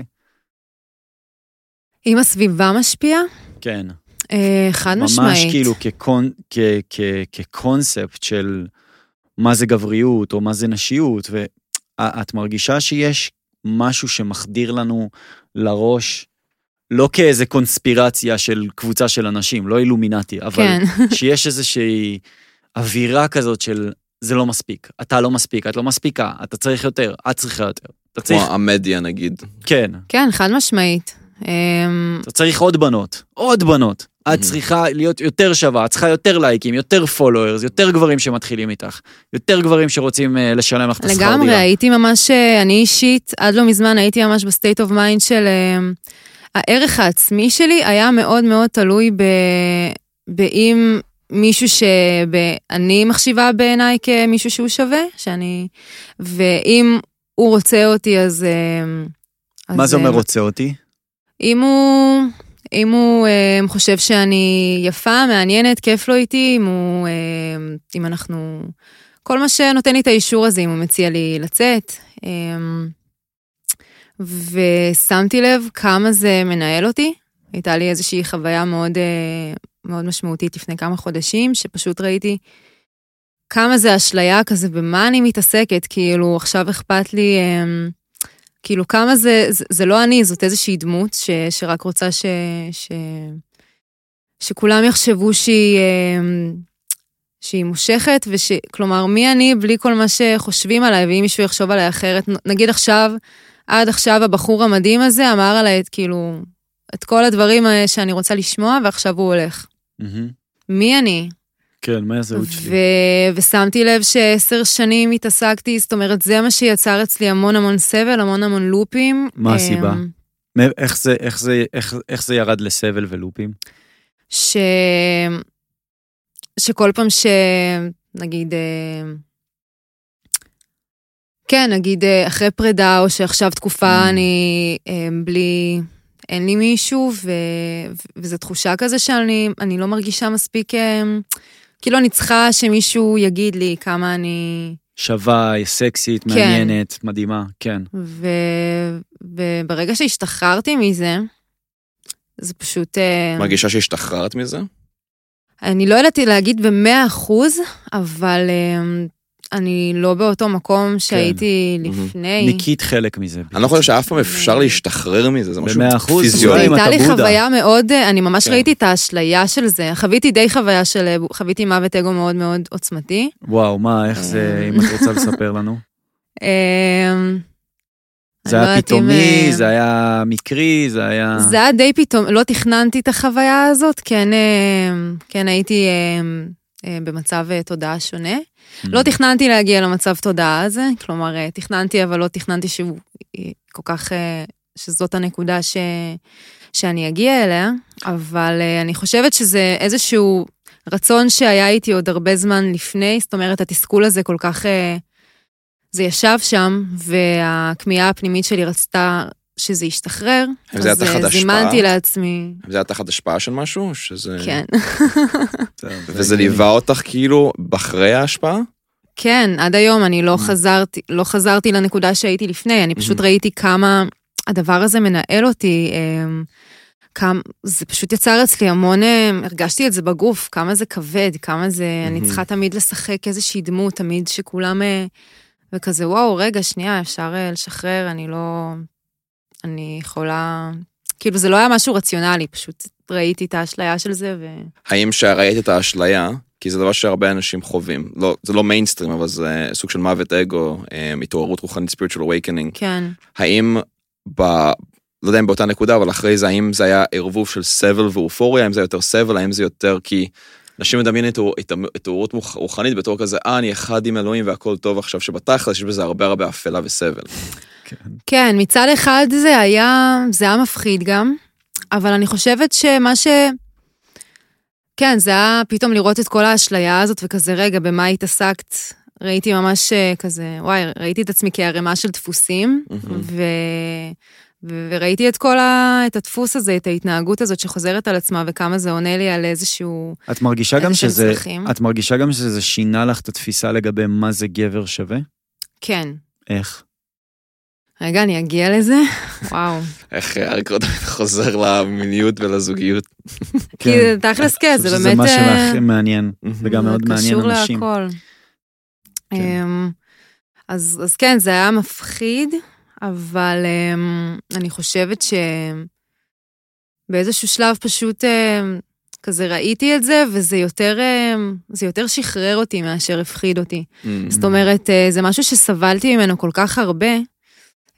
אם הסביבה משפיעה? כן. חד משמעית. ממש כאילו כקונ... כ... כ... כקונספט של מה זה גבריות או מה זה נשיות, ואת מרגישה שיש משהו שמחדיר לנו לראש, לא כאיזה קונספירציה של קבוצה של אנשים, לא אילומינטי, אבל כן. שיש איזושהי אווירה כזאת של זה לא מספיק, אתה לא מספיק, את לא מספיקה, אתה צריך יותר, את צריכה יותר. אתה צריך... כמו המדיה נגיד. כן. כן, חד משמעית. אתה צריך עוד בנות, עוד בנות. את צריכה להיות יותר שווה, את צריכה יותר לייקים, יותר פולוורס, יותר גברים שמתחילים איתך, יותר גברים שרוצים לשלם לך את השכר דירה. לגמרי, הייתי ממש, אני אישית, עד לא מזמן הייתי ממש בסטייט אוף מיינד של, הערך העצמי שלי היה מאוד מאוד תלוי באם מישהו שאני מחשיבה בעיניי כמישהו שהוא שווה, שאני, ואם הוא רוצה אותי אז... מה זה אומר רוצה אותי? אם הוא... אם הוא אה, חושב שאני יפה, מעניינת, כיף לו איתי, אם הוא, אה, אם אנחנו, כל מה שנותן לי את האישור הזה, אם הוא מציע לי לצאת, אה, ושמתי לב כמה זה מנהל אותי, הייתה לי איזושהי חוויה מאוד, אה, מאוד משמעותית לפני כמה חודשים, שפשוט ראיתי כמה זה אשליה כזה, במה אני מתעסקת, כאילו עכשיו אכפת לי, אה, כאילו כמה זה, זה, זה לא אני, זאת איזושהי דמות ש, שרק רוצה ש, ש, שכולם יחשבו שהיא, שהיא מושכת, וש, כלומר, מי אני בלי כל מה שחושבים עליי, ואם מישהו יחשוב עליי אחרת, נגיד עכשיו, עד עכשיו הבחור המדהים הזה אמר עליי את כאילו, את כל הדברים שאני רוצה לשמוע, ועכשיו הוא הולך. Mm-hmm. מי אני? כן, מה הזהות שלי? ו- ושמתי לב שעשר שנים התעסקתי, זאת אומרת, זה מה שיצר אצלי המון המון סבל, המון המון לופים. מה הסיבה? איך זה, איך זה, איך, איך זה ירד לסבל ולופים? ש... שכל פעם ש... נגיד... כן, נגיד אחרי פרידה, או שעכשיו תקופה אני בלי... אין לי מישהו, ו... וזו תחושה כזה שאני אני לא מרגישה מספיק... כאילו אני צריכה שמישהו יגיד לי כמה אני... שווה, סקסית, כן. מעניינת, מדהימה, כן. ו... וברגע שהשתחררתי מזה, זה פשוט... מרגישה שהשתחררת מזה? אני לא ידעתי להגיד במאה אחוז, אבל אני לא באותו מקום שהייתי כן. לפני. ניקית חלק מזה. אני לא חושב שאף פעם אפשר להשתחרר מזה, זה משהו פיזיוני. הייתה לי חוויה מאוד, אני ממש כן. ראיתי את האשליה של זה, חוויתי די חוויה של, חוויתי מוות אגו מאוד מאוד עוצמתי. וואו, מה, איך זה, אם את רוצה לספר לנו? זה היה פתאומי, זה היה מקרי, זה היה... זה היה די פתאום, לא תכננתי את החוויה הזאת, כן, כן הייתי במצב תודעה שונה. לא תכננתי להגיע למצב תודעה הזה, כלומר, תכננתי, אבל לא תכננתי שהוא כל כך, שזאת הנקודה ש... שאני אגיע אליה, אבל אני חושבת שזה איזשהו רצון שהיה איתי עוד הרבה זמן לפני, זאת אומרת, התסכול הזה כל כך... זה ישב שם, והכמיהה הפנימית שלי רצתה שזה ישתחרר, אז זימנתי לעצמי. זה היה תחת השפעה של משהו? שזה... כן. וזה ליווה אותך כאילו באחרי ההשפעה? כן, עד היום אני לא חזרתי, לא חזרתי לנקודה שהייתי לפני, אני פשוט ראיתי כמה הדבר הזה מנהל אותי, כמה, זה פשוט יצר אצלי המון, הרגשתי את זה בגוף, כמה זה כבד, כמה זה, אני צריכה תמיד לשחק איזושהי דמות, תמיד שכולם... וכזה, וואו, רגע, שנייה, אפשר לשחרר, אני לא... אני יכולה... כאילו, זה לא היה משהו רציונלי, פשוט ראיתי את האשליה של זה, ו... האם שראית את האשליה, כי זה דבר שהרבה אנשים חווים, לא, זה לא מיינסטרים, אבל זה סוג של מוות אגו, התעוררות רוחנית, spiritual awakening. כן. האם ב... לא יודע אם באותה נקודה, אבל אחרי זה, האם זה היה ערבוב של סבל ואופוריה, האם זה יותר סבל, האם זה יותר כי... אנשים מדמיינים את התעוררות רוחנית בתור כזה, אה, אני אחד עם אלוהים והכל טוב עכשיו, שבתכלס יש בזה הרבה הרבה אפלה וסבל. כן, מצד אחד זה היה, זה היה מפחיד גם, אבל אני חושבת שמה ש... כן, זה היה פתאום לראות את כל האשליה הזאת, וכזה רגע, במה התעסקת, ראיתי ממש כזה, וואי, ראיתי את עצמי כערימה של דפוסים, ו... וראיתי את כל ה... את הדפוס הזה, את ההתנהגות הזאת שחוזרת על עצמה, וכמה זה עונה לי על איזשהו... את מרגישה גם שזה... את מרגישה גם שזה שינה לך את התפיסה לגבי מה זה גבר שווה? כן. איך? רגע, אני אגיע לזה. וואו. איך אריק רוטמן חוזר למיניות ולזוגיות. כי תכלס כן, זה באמת... זה מה שהכי מעניין, וגם מאוד מעניין אנשים. קשור להכל. אז כן, זה היה מפחיד, אבל um, אני חושבת שבאיזשהו שלב פשוט um, כזה ראיתי את זה, וזה יותר, um, זה יותר שחרר אותי מאשר הפחיד אותי. Mm-hmm. זאת אומרת, uh, זה משהו שסבלתי ממנו כל כך הרבה, um,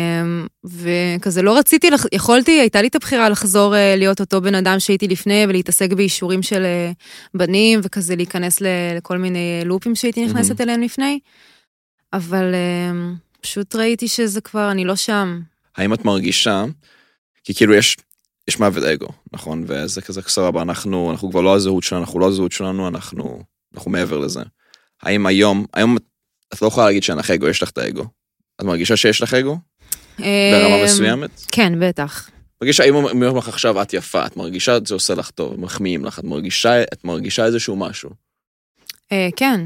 וכזה לא רציתי, לח... יכולתי, הייתה לי את הבחירה לחזור uh, להיות אותו בן אדם שהייתי לפני, ולהתעסק באישורים של uh, בנים, וכזה להיכנס ל... לכל מיני לופים שהייתי נכנסת mm-hmm. אליהם לפני, אבל... Uh, פשוט ראיתי שזה כבר, אני לא שם. האם את מרגישה, כי כאילו יש, יש מוות אגו, נכון? וזה כזה סבבה, אנחנו, אנחנו כבר לא הזהות שלנו, אנחנו לא הזהות שלנו, אנחנו, אנחנו מעבר לזה. האם היום, היום את לא יכולה להגיד שאין לך אגו, יש לך את האגו. את מרגישה שיש לך אגו? ברמה מסוימת? כן, בטח. מרגישה, אם אומרים לך עכשיו, את יפה, את מרגישה, זה עושה לך טוב, מחמיאים לך, את מרגישה, את מרגישה איזשהו משהו. כן.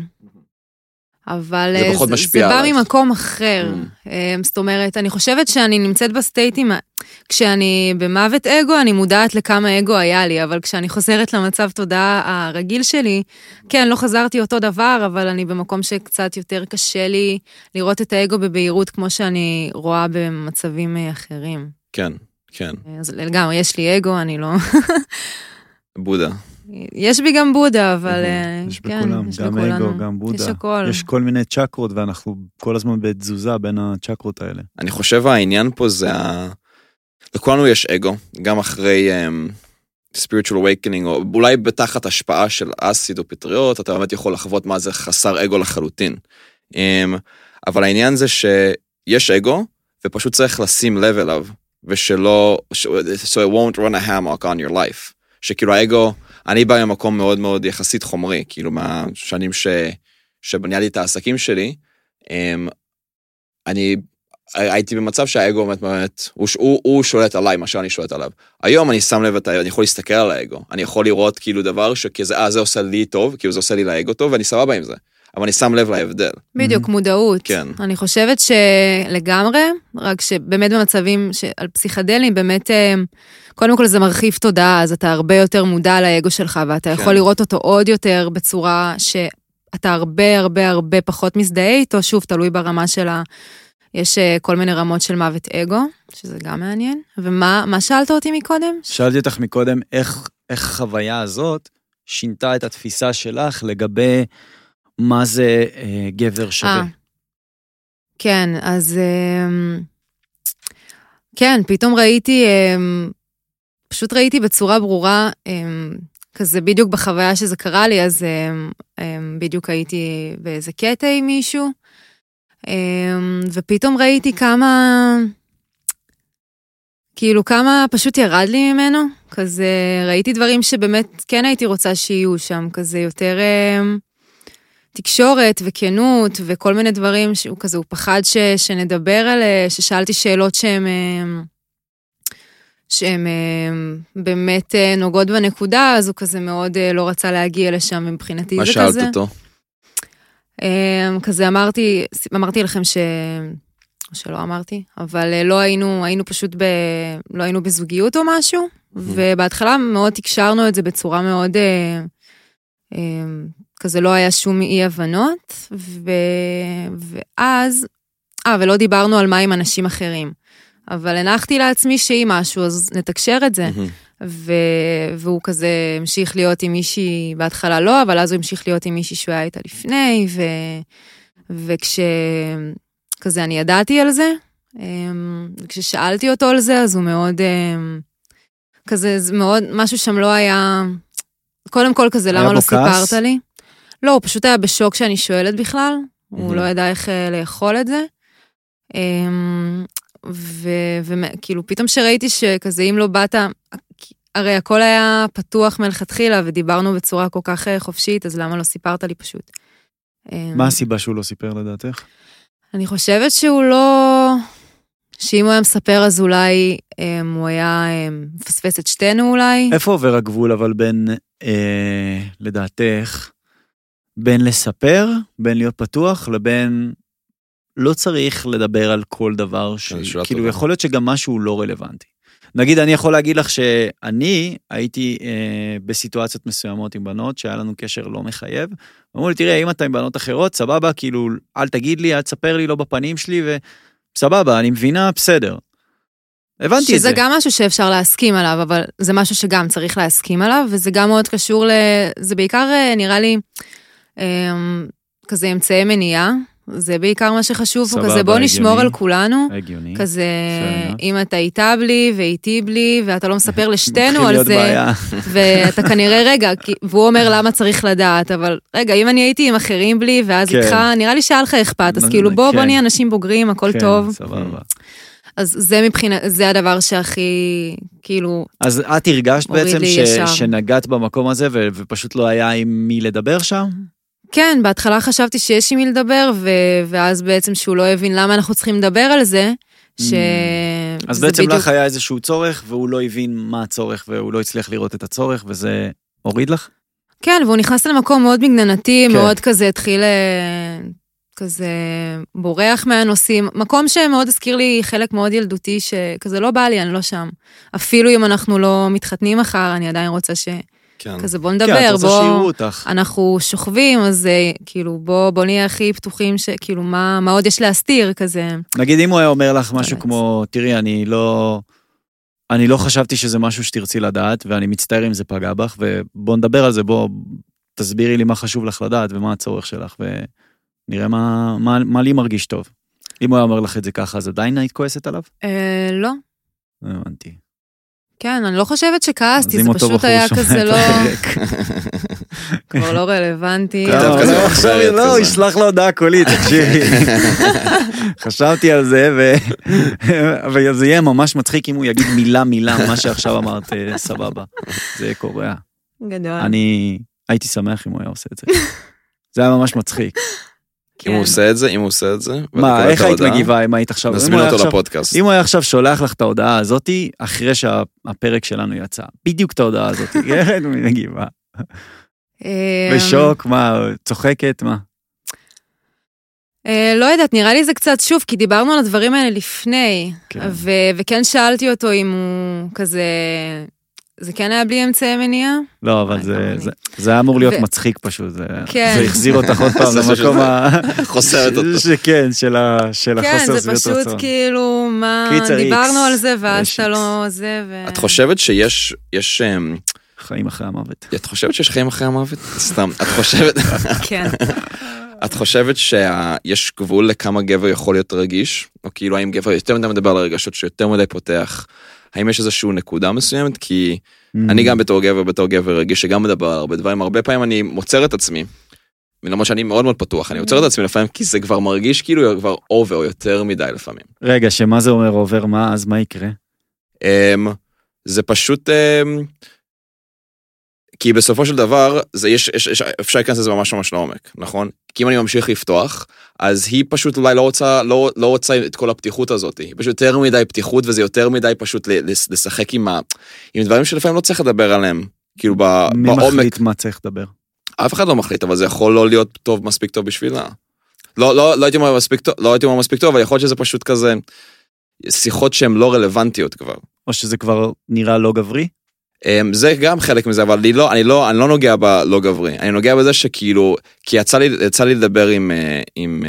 אבל זה, זה, זה בא ממקום אחר. Mm. זאת אומרת, אני חושבת שאני נמצאת בסטייטים, כשאני במוות אגו, אני מודעת לכמה אגו היה לי, אבל כשאני חוזרת למצב תודעה הרגיל שלי, כן, לא חזרתי אותו דבר, אבל אני במקום שקצת יותר קשה לי לראות את האגו בבהירות, כמו שאני רואה במצבים אחרים. כן, כן. אז לגמרי, יש לי אגו, אני לא... בודה. יש בי גם בודה, אבל יש בכולם, גם אגו, גם בודה. יש הכל. יש כל מיני צ'קרות, ואנחנו כל הזמן בתזוזה בין הצ'קרות האלה. אני חושב העניין פה זה, לכולנו יש אגו, גם אחרי spiritual awakening, או אולי בתחת השפעה של אסיד או פטריות, אתה באמת יכול לחוות מה זה חסר אגו לחלוטין. אבל העניין זה שיש אגו, ופשוט צריך לשים לב אליו, ושלא, so it won't run a hammock on your life. שכאילו האגו, אני בא ממקום מאוד מאוד יחסית חומרי, כאילו מהשנים ש, שבנייה לי את העסקים שלי, אני הייתי במצב שהאגו באמת, באמת הוא, הוא, הוא שולט עליי, מה שאני שולט עליו. היום אני שם לב, אני יכול להסתכל על האגו, אני יכול לראות כאילו דבר שכזה, אה, זה עושה לי טוב, כאילו זה עושה לי לאגו טוב, ואני סבבה עם זה. אבל אני שם לב להבדל. בדיוק, מודעות. כן. אני חושבת שלגמרי, רק שבאמת במצבים על פסיכדלים, באמת, קודם כל זה מרחיב תודעה, אז אתה הרבה יותר מודע לאגו שלך, ואתה יכול לראות אותו עוד יותר בצורה שאתה הרבה הרבה הרבה פחות מזדהה איתו, שוב, תלוי ברמה שלה, יש כל מיני רמות של מוות אגו, שזה גם מעניין. ומה מה שאלת אותי מקודם? שאלתי אותך מקודם, איך, איך החוויה הזאת שינתה את התפיסה שלך לגבי מה זה אה, גבר שווה? 아, כן, אז אה, כן, פתאום ראיתי, פשוט ראיתי בצורה ברורה, כזה בדיוק בחוויה שזה קרה לי, אז בדיוק הייתי באיזה קטע עם מישהו, ופתאום ראיתי כמה, כאילו כמה פשוט ירד לי ממנו, כזה ראיתי דברים שבאמת כן הייתי רוצה שיהיו שם, כזה יותר תקשורת וכנות וכל מיני דברים שהוא כזה, הוא פחד ש, שנדבר על, ששאלתי שאלות שהן, שהן באמת נוגעות בנקודה, אז הוא כזה מאוד לא רצה להגיע לשם מבחינתי. מה שאלת כזה, אותו? כזה אמרתי, אמרתי לכם ש... שלא אמרתי, אבל לא היינו, היינו פשוט ב... לא היינו בזוגיות או משהו, ובהתחלה מאוד תקשרנו את זה בצורה מאוד... כזה לא היה שום אי הבנות, ו... ואז, אה, ולא דיברנו על מה עם אנשים אחרים, אבל הנחתי לעצמי שהיא משהו, אז נתקשר את זה, ו... והוא כזה המשיך להיות עם מישהי, בהתחלה לא, אבל אז הוא המשיך להיות עם מישהי שהוא היה איתה לפני, ו... וכש... כזה אני ידעתי על זה, וכששאלתי אותו על זה, אז הוא מאוד, כזה, זה מאוד, משהו שם לא היה, קודם כל כזה, למה לא סיפרת לי? לא, הוא פשוט היה בשוק שאני שואלת בכלל, הוא לא ידע איך לאכול את זה, וכאילו פתאום שראיתי שכזה אם לא באת, הרי הכל היה פתוח מלכתחילה, ודיברנו בצורה כל כך חופשית, אז למה לא סיפרת לי פשוט? מה הסיבה שהוא לא סיפר לדעתך? אני חושבת שהוא לא, שאם הוא היה מספר אז אולי הוא היה מפספס את שתינו אולי. איפה עובר הגבול אבל בין, אה, לדעתך, בין לספר, בין להיות פתוח, לבין לא צריך לדבר על כל דבר, ש... כאילו יכול להיות שגם משהו לא רלוונטי. נגיד אני יכול להגיד לך שאני הייתי אה, בסיטואציות מסוימות עם בנות, שהיה לנו קשר לא מחייב, אמרו לי תראה אם אתה עם בנות אחרות, סבבה, כאילו אל תגיד לי, אל תספר לי לא בפנים שלי, וסבבה, אני מבינה, בסדר. הבנתי את זה. שזה גם משהו שאפשר להסכים עליו, אבל זה משהו שגם צריך להסכים עליו, וזה גם מאוד קשור ל... זה בעיקר נראה לי אה, כזה אמצעי מניעה, זה בעיקר מה שחשוב, סבבה, כזה בוא נשמור הגיוני, על כולנו, הגיוני, כזה אם אתה איתה בלי ואיתי בלי, ואתה לא מספר לשתינו על זה, ואתה כנראה רגע, והוא אומר למה צריך לדעת, אבל רגע, אם אני הייתי עם אחרים בלי, ואז כן. איתך, נראה לי שהיה לך אכפת, אז כאילו בוא, כן. בוא נהיה אנשים בוגרים, הכל כן, טוב. סבבה. אז זה מבחינה, זה הדבר שהכי, כאילו... אז את הרגשת בעצם ש, שנגעת במקום הזה, ו, ופשוט לא היה עם מי לדבר שם? כן, בהתחלה חשבתי שיש עם מי לדבר, ו... ואז בעצם שהוא לא הבין למה אנחנו צריכים לדבר על זה, ש... אז בעצם בדיוק... לך היה איזשהו צורך, והוא לא הבין מה הצורך, והוא לא הצליח לראות את הצורך, וזה הוריד לך? כן, והוא נכנס למקום מאוד מגננתי, כן. מאוד כזה התחיל כזה בורח מהנושאים, מקום שמאוד הזכיר לי חלק מאוד ילדותי, שכזה לא בא לי, אני לא שם. אפילו אם אנחנו לא מתחתנים אחר, אני עדיין רוצה ש... כן. כזה בוא נדבר, כן, בוא, אנחנו שוכבים, אז כאילו בוא, בוא נהיה הכי פתוחים, שכאילו מה, מה עוד יש להסתיר, כזה. נגיד אם הוא היה אומר לך משהו כמו, תראי, אני לא, אני לא חשבתי שזה משהו שתרצי לדעת, ואני מצטער אם זה פגע בך, ובוא נדבר על זה, בוא תסבירי לי מה חשוב לך לדעת, ומה הצורך שלך, ונראה מה, מה, מה לי מרגיש טוב. אם הוא היה אומר לך את זה ככה, אז עדיין היית כועסת עליו? אה, לא. הבנתי. כן, אני לא חושבת שכעסתי, זה פשוט היה כזה לא... כבר לא רלוונטי. לא, ישלח לו הודעה קולית, תקשיבי. חשבתי על זה, וזה יהיה ממש מצחיק אם הוא יגיד מילה מילה, מה שעכשיו אמרת, סבבה. זה קורה. גדול. אני הייתי שמח אם הוא היה עושה את זה. זה היה ממש מצחיק. אם הוא עושה את זה, אם הוא עושה את זה. מה, איך היית מגיבה אם היית עכשיו... נזמין אותו לפודקאסט. אם הוא היה עכשיו שולח לך את ההודעה הזאת, אחרי שהפרק שלנו יצא, בדיוק את ההודעה הזאת, איך היית מגיבה? בשוק, מה, צוחקת, מה? לא יודעת, נראה לי זה קצת שוב, כי דיברנו על הדברים האלה לפני, וכן שאלתי אותו אם הוא כזה... זה כן היה בלי אמצעי מניעה? לא, אבל זה היה אמור להיות מצחיק פשוט, זה החזיר אותך עוד פעם למקום חוסרת אותו. כן, של החוסר סביבות רצון. כן, זה פשוט כאילו, מה, דיברנו על זה, ואז אתה לא זה, ו... את חושבת שיש, יש... חיים אחרי המוות. את חושבת שיש חיים אחרי המוות? סתם, את חושבת... כן. את חושבת שיש גבול לכמה גבר יכול להיות רגיש? או כאילו האם גבר יותר מדי מדבר על הרגשות שיותר מדי פותח? האם יש איזושהי נקודה מסוימת? כי אני גם בתור גבר, בתור גבר רגיש שגם מדבר על הרבה דברים. הרבה פעמים אני מוצר את עצמי. למרות שאני מאוד מאוד פתוח, אני עוצר את עצמי לפעמים, כי זה כבר מרגיש כאילו כבר אובר או יותר מדי לפעמים. רגע, שמה זה אומר אובר? מה, אז מה יקרה? זה פשוט, כי בסופו של דבר, זה יש, יש, יש, אפשר להיכנס לזה ממש ממש לעומק, נכון? כי אם אני ממשיך לפתוח, אז היא פשוט אולי לא רוצה, לא, לא רוצה את כל הפתיחות הזאת, היא פשוט יותר מדי פתיחות, וזה יותר מדי פשוט לשחק עם, ה, עם דברים שלפעמים לא צריך לדבר עליהם, כאילו בעומק. מי מחליט מה צריך לדבר? אף אחד לא מחליט, אבל זה יכול לא להיות טוב, מספיק טוב בשבילה. לא, לא, לא הייתי אומר מספיק טוב, לא הייתי אומר מספיק טוב, אבל יכול להיות שזה פשוט כזה, שיחות שהן לא רלוונטיות כבר. או שזה כבר נראה לא גברי? זה גם חלק מזה, אבל אני לא, אני לא, אני לא נוגע בלא גברי. אני נוגע בזה שכאילו, כי יצא לי, יצא לי לדבר עם, עם,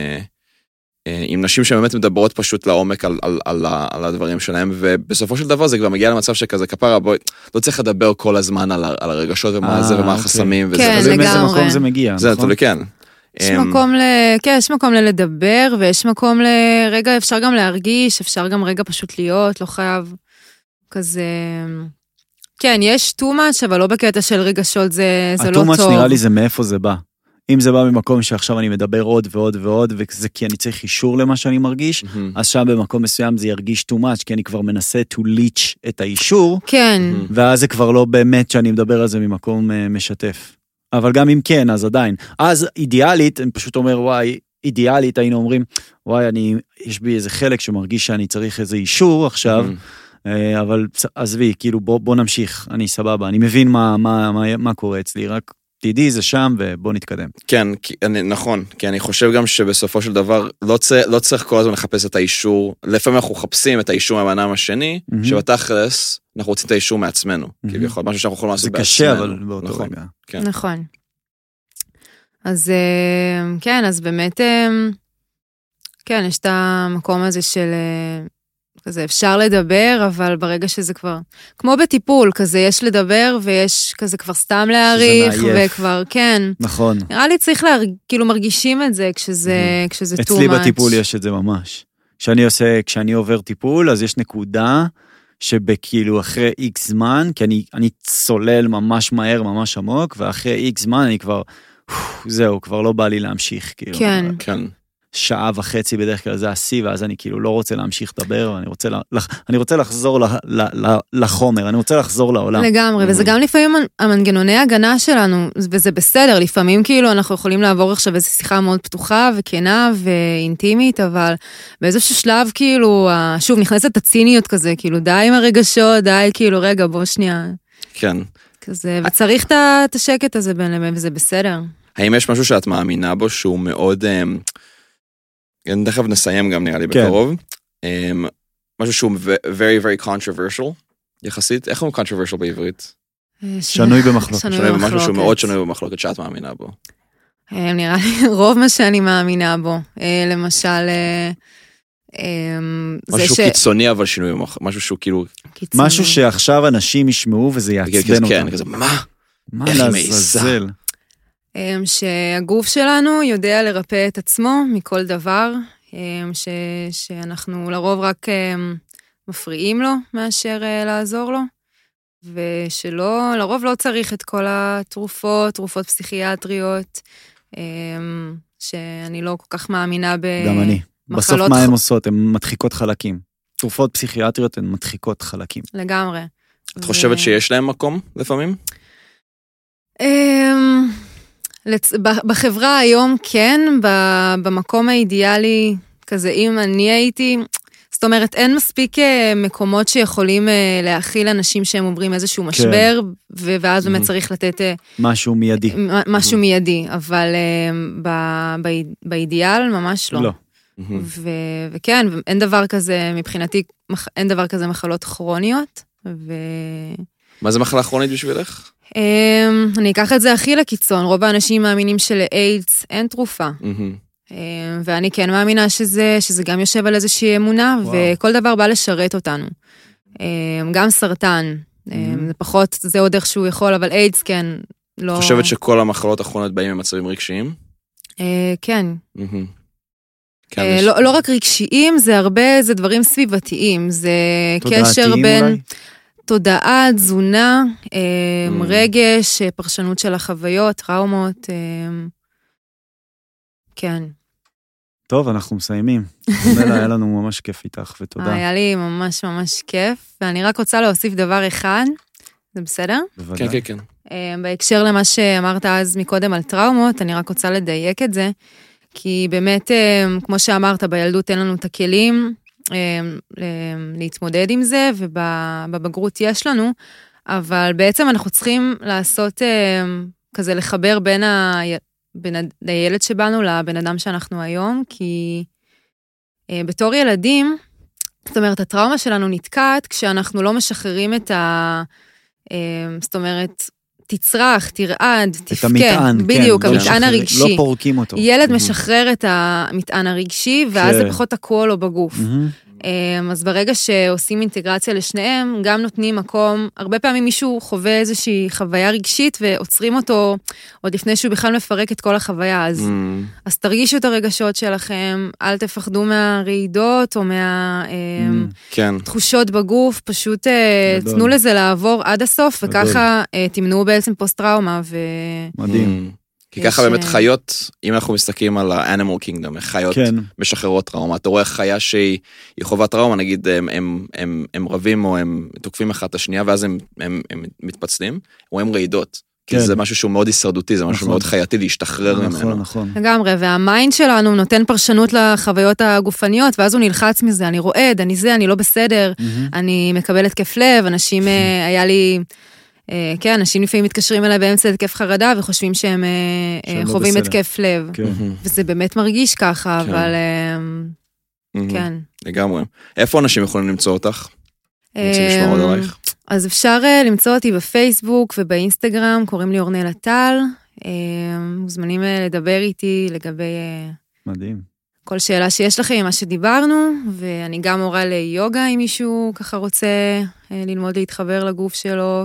עם נשים שבאמת מדברות פשוט לעומק על, על, על, על הדברים שלהם, ובסופו של דבר זה כבר מגיע למצב שכזה כפרה, בואי, לא צריך לדבר כל הזמן על, על הרגשות ומה זה ומה החסמים. כן, וזה, לגמרי. מאיזה מקום זה מגיע, זה נכון? נתולי, כן. יש מקום ל... כן, יש מקום ללדבר, ויש מקום לרגע, אפשר גם להרגיש, אפשר גם רגע פשוט להיות, לא חייב כזה... כן, יש too much, אבל לא בקטע של רגשות, זה, זה לא טוב. ה-too much נראה לי זה מאיפה זה בא. אם זה בא ממקום שעכשיו אני מדבר עוד ועוד ועוד, וזה כי אני צריך אישור למה שאני מרגיש, mm-hmm. אז שם במקום מסוים זה ירגיש too much, כי אני כבר מנסה to leach את האישור, כן. Mm-hmm. ואז זה כבר לא באמת שאני מדבר על זה ממקום uh, משתף. אבל גם אם כן, אז עדיין. אז אידיאלית, אני פשוט אומר, וואי, אידיאלית היינו אומרים, וואי, אני, יש בי איזה חלק שמרגיש שאני צריך איזה אישור עכשיו, mm-hmm. אבל עזבי, כאילו בוא, בוא נמשיך, אני סבבה, אני מבין מה, מה, מה, מה קורה אצלי, רק תדעי זה שם ובוא נתקדם. כן, אני, נכון, כי אני חושב גם שבסופו של דבר לא צריך, לא צריך כל הזמן לחפש את האישור, לפעמים אנחנו מחפשים את האישור מהמנהל השני, mm-hmm. שבתכלס אנחנו רוצים את האישור מעצמנו, mm-hmm. כביכול, משהו שאנחנו יכולים לעשות בעצמנו. זה קשה, אבל באותו נכון, רגע. כן. נכון. אז כן, אז באמת, כן, יש את המקום הזה של... כזה אפשר לדבר, אבל ברגע שזה כבר, כמו בטיפול, כזה יש לדבר, ויש כזה כבר סתם להעריך, וכבר, כן. נכון. נראה לי צריך לה, כאילו מרגישים את זה, כשזה, mm-hmm. כשזה too much. אצלי בטיפול יש את זה ממש. כשאני עושה, כשאני עובר טיפול, אז יש נקודה, שבכאילו אחרי איקס זמן, כי אני, אני צולל ממש מהר, ממש עמוק, ואחרי איקס זמן אני כבר, זהו, כבר לא בא לי להמשיך, כאילו. כן. כן. שעה וחצי בדרך כלל זה השיא, ואז אני כאילו לא רוצה להמשיך לדבר, אני רוצה, לח... אני רוצה לחזור ל... ל... ל... לחומר, אני רוצה לחזור לעולם. לגמרי, וזה גם לפעמים המנגנוני ההגנה שלנו, וזה בסדר, לפעמים כאילו אנחנו יכולים לעבור עכשיו איזו שיחה מאוד פתוחה וכנה ואינטימית, אבל באיזשהו שלב כאילו, שוב נכנסת הציניות כזה, כאילו די עם הרגשות, די כאילו רגע בוא שנייה. כן. כזה, וצריך את השקט הזה בין לבין, וזה בסדר. האם יש משהו שאת מאמינה בו שהוא מאוד... תכף נסיים גם נראה לי בקרוב. משהו שהוא very very controversial, יחסית. איך הוא controversial בעברית? שנוי במחלוקת. שנוי במחלוקת. משהו שהוא מאוד שנוי במחלוקת שאת מאמינה בו. נראה לי רוב מה שאני מאמינה בו. למשל... משהו קיצוני אבל שינוי במחלוקת. משהו שהוא כאילו... משהו שעכשיו אנשים ישמעו וזה יעצבן אותם. כן, כזה, מה? איך היא מעיזה? שהגוף שלנו יודע לרפא את עצמו מכל דבר, ש, שאנחנו לרוב רק מפריעים לו מאשר לעזור לו, ושלא, לרוב לא צריך את כל התרופות, תרופות פסיכיאטריות, שאני לא כל כך מאמינה במחלות. גם אני. בסוף מה הן עושות? הן מדחיקות חלקים. תרופות פסיכיאטריות הן מדחיקות חלקים. לגמרי. את חושבת שיש להם מקום לפעמים? בחברה היום כן, במקום האידיאלי, כזה אם אני הייתי, זאת אומרת אין מספיק מקומות שיכולים להכיל אנשים שהם עוברים איזשהו משבר, ואז באמת צריך לתת משהו מיידי. משהו מיידי, אבל באידיאל ממש לא. לא. וכן, אין דבר כזה, מבחינתי, אין דבר כזה מחלות כרוניות. מה זה מחלה כרונית בשבילך? אני אקח את זה הכי לקיצון, רוב האנשים מאמינים שלאיידס אין תרופה, ואני כן מאמינה שזה, שזה גם יושב על איזושהי אמונה, וכל דבר בא לשרת אותנו. גם סרטן, זה פחות, זה עוד איך שהוא יכול, אבל איידס כן, לא... את חושבת שכל המחלות האחרונות באים ממצבים רגשיים? אה, כן. מהמם. כן, אה, יש- לא, לא רק רגשיים, זה הרבה, זה דברים סביבתיים, זה קשר תודעתיים בין אולי? תודעה, תזונה, אה, Mm. רגש, אה, פרשנות של החוויות, טראומות, אה, כן. טוב, אנחנו מסיימים. נלה, היה לנו ממש כיף איתך, ותודה. היה לי ממש ממש כיף, ואני רק רוצה להוסיף דבר אחד, זה בסדר? בוודאי. כן, כן, כן. אה, בהקשר למה שאמרת אז מקודם על טראומות, אני רק רוצה לדייק את זה, כי באמת, אה, כמו שאמרת, בילדות אין לנו את הכלים אה, אה, להתמודד עם זה, ובבגרות יש לנו, אבל בעצם אנחנו צריכים לעשות אה, כזה לחבר בין, ה... בין הילד שבנו לבן אדם שאנחנו היום, כי אה, בתור ילדים, זאת אומרת, הטראומה שלנו נתקעת כשאנחנו לא משחררים את ה... אה, זאת אומרת, תצרח, תרעד, את תפקה. המטען, בדיוק, כן. לא המטען משחררים- הרגשי. לא פורקים אותו. ילד משחרר את המטען הרגשי, ואז כן. זה פחות תקוע לו בגוף. מהמם. אז ברגע שעושים אינטגרציה לשניהם, גם נותנים מקום, הרבה פעמים מישהו חווה איזושהי חוויה רגשית, ועוצרים אותו עוד לפני שהוא בכלל מפרק את כל החוויה. אז, מהמם. אז תרגישו את הרגשות שלכם, אל תפחדו מהרעידות, או מהתחושות כן. בגוף, פשוט אה, גדול. תנו לזה לעבור עד הסוף, גדול. וככה אה, תמנעו בעצם פוסט-טראומה, ו... מדהים. מהמם. כי יש, ככה באמת אה, חיות, אם אנחנו מסתכלים על ה-animal kingdom, חיות כן. משחררות טראומה. אתה רואה חיה שהיא היא חובה טראומה, נגיד הם, הם, הם, הם רבים או הם תוקפים אחד את השנייה, ואז הם, הם, הם מתפצלים, רואים רעידות. כי כן. זה משהו שהוא מאוד הישרדותי, זה משהו נכון. מאוד חייתי להשתחרר ממנו. נכון, נכון. לגמרי, והמיינד שלנו נותן פרשנות לחוויות הגופניות, ואז הוא נלחץ מזה, אני רועד, אני זה, אני לא בסדר, מהמם. אני מקבל התקף לב, אנשים, אה, היה לי, אה, כן, אנשים לפעמים מתקשרים אליי באמצע התקף חרדה, וחושבים שהם אה, שהם אה, לא חווים בסדר. התקף לב. כן. מהמם. וזה באמת מרגיש ככה, כן. אבל אה, מהמם. כן. לגמרי. איפה אנשים יכולים למצוא אותך? רוצים לשמוע עוד אה, עלייך? אז אפשר אה, למצוא אותי בפייסבוק ובאינסטגרם, קוראים לי אורנלה טל, אה, מוזמנים אה, לדבר איתי לגבי... אה, מדהים. כל שאלה שיש לכם עם מה שדיברנו, ואני גם מורה ליוגה אם מישהו ככה רוצה אה, ללמוד להתחבר לגוף שלו,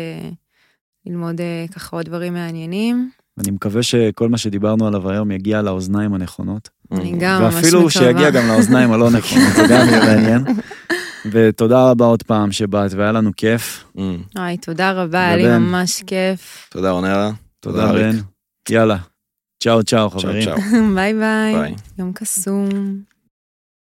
וללמוד אה, ככה עוד דברים מעניינים. אני מקווה שכל מה שדיברנו עליו היום יגיע לאוזניים הנכונות. אני גם ממש מקווה. ואפילו שיגיע גם לאוזניים הלא נכונות, זה גם יהיה מעניין. ותודה רבה עוד פעם שבאת, והיה לנו כיף. מהמם. אוי, תודה רבה, היה לי ובן. ממש כיף. תודה אורנלה. תודה אריק. בן. יאללה. צ'או צ'או צ'או חברים. צ'או. ביי ביי. ביי. יום קסום.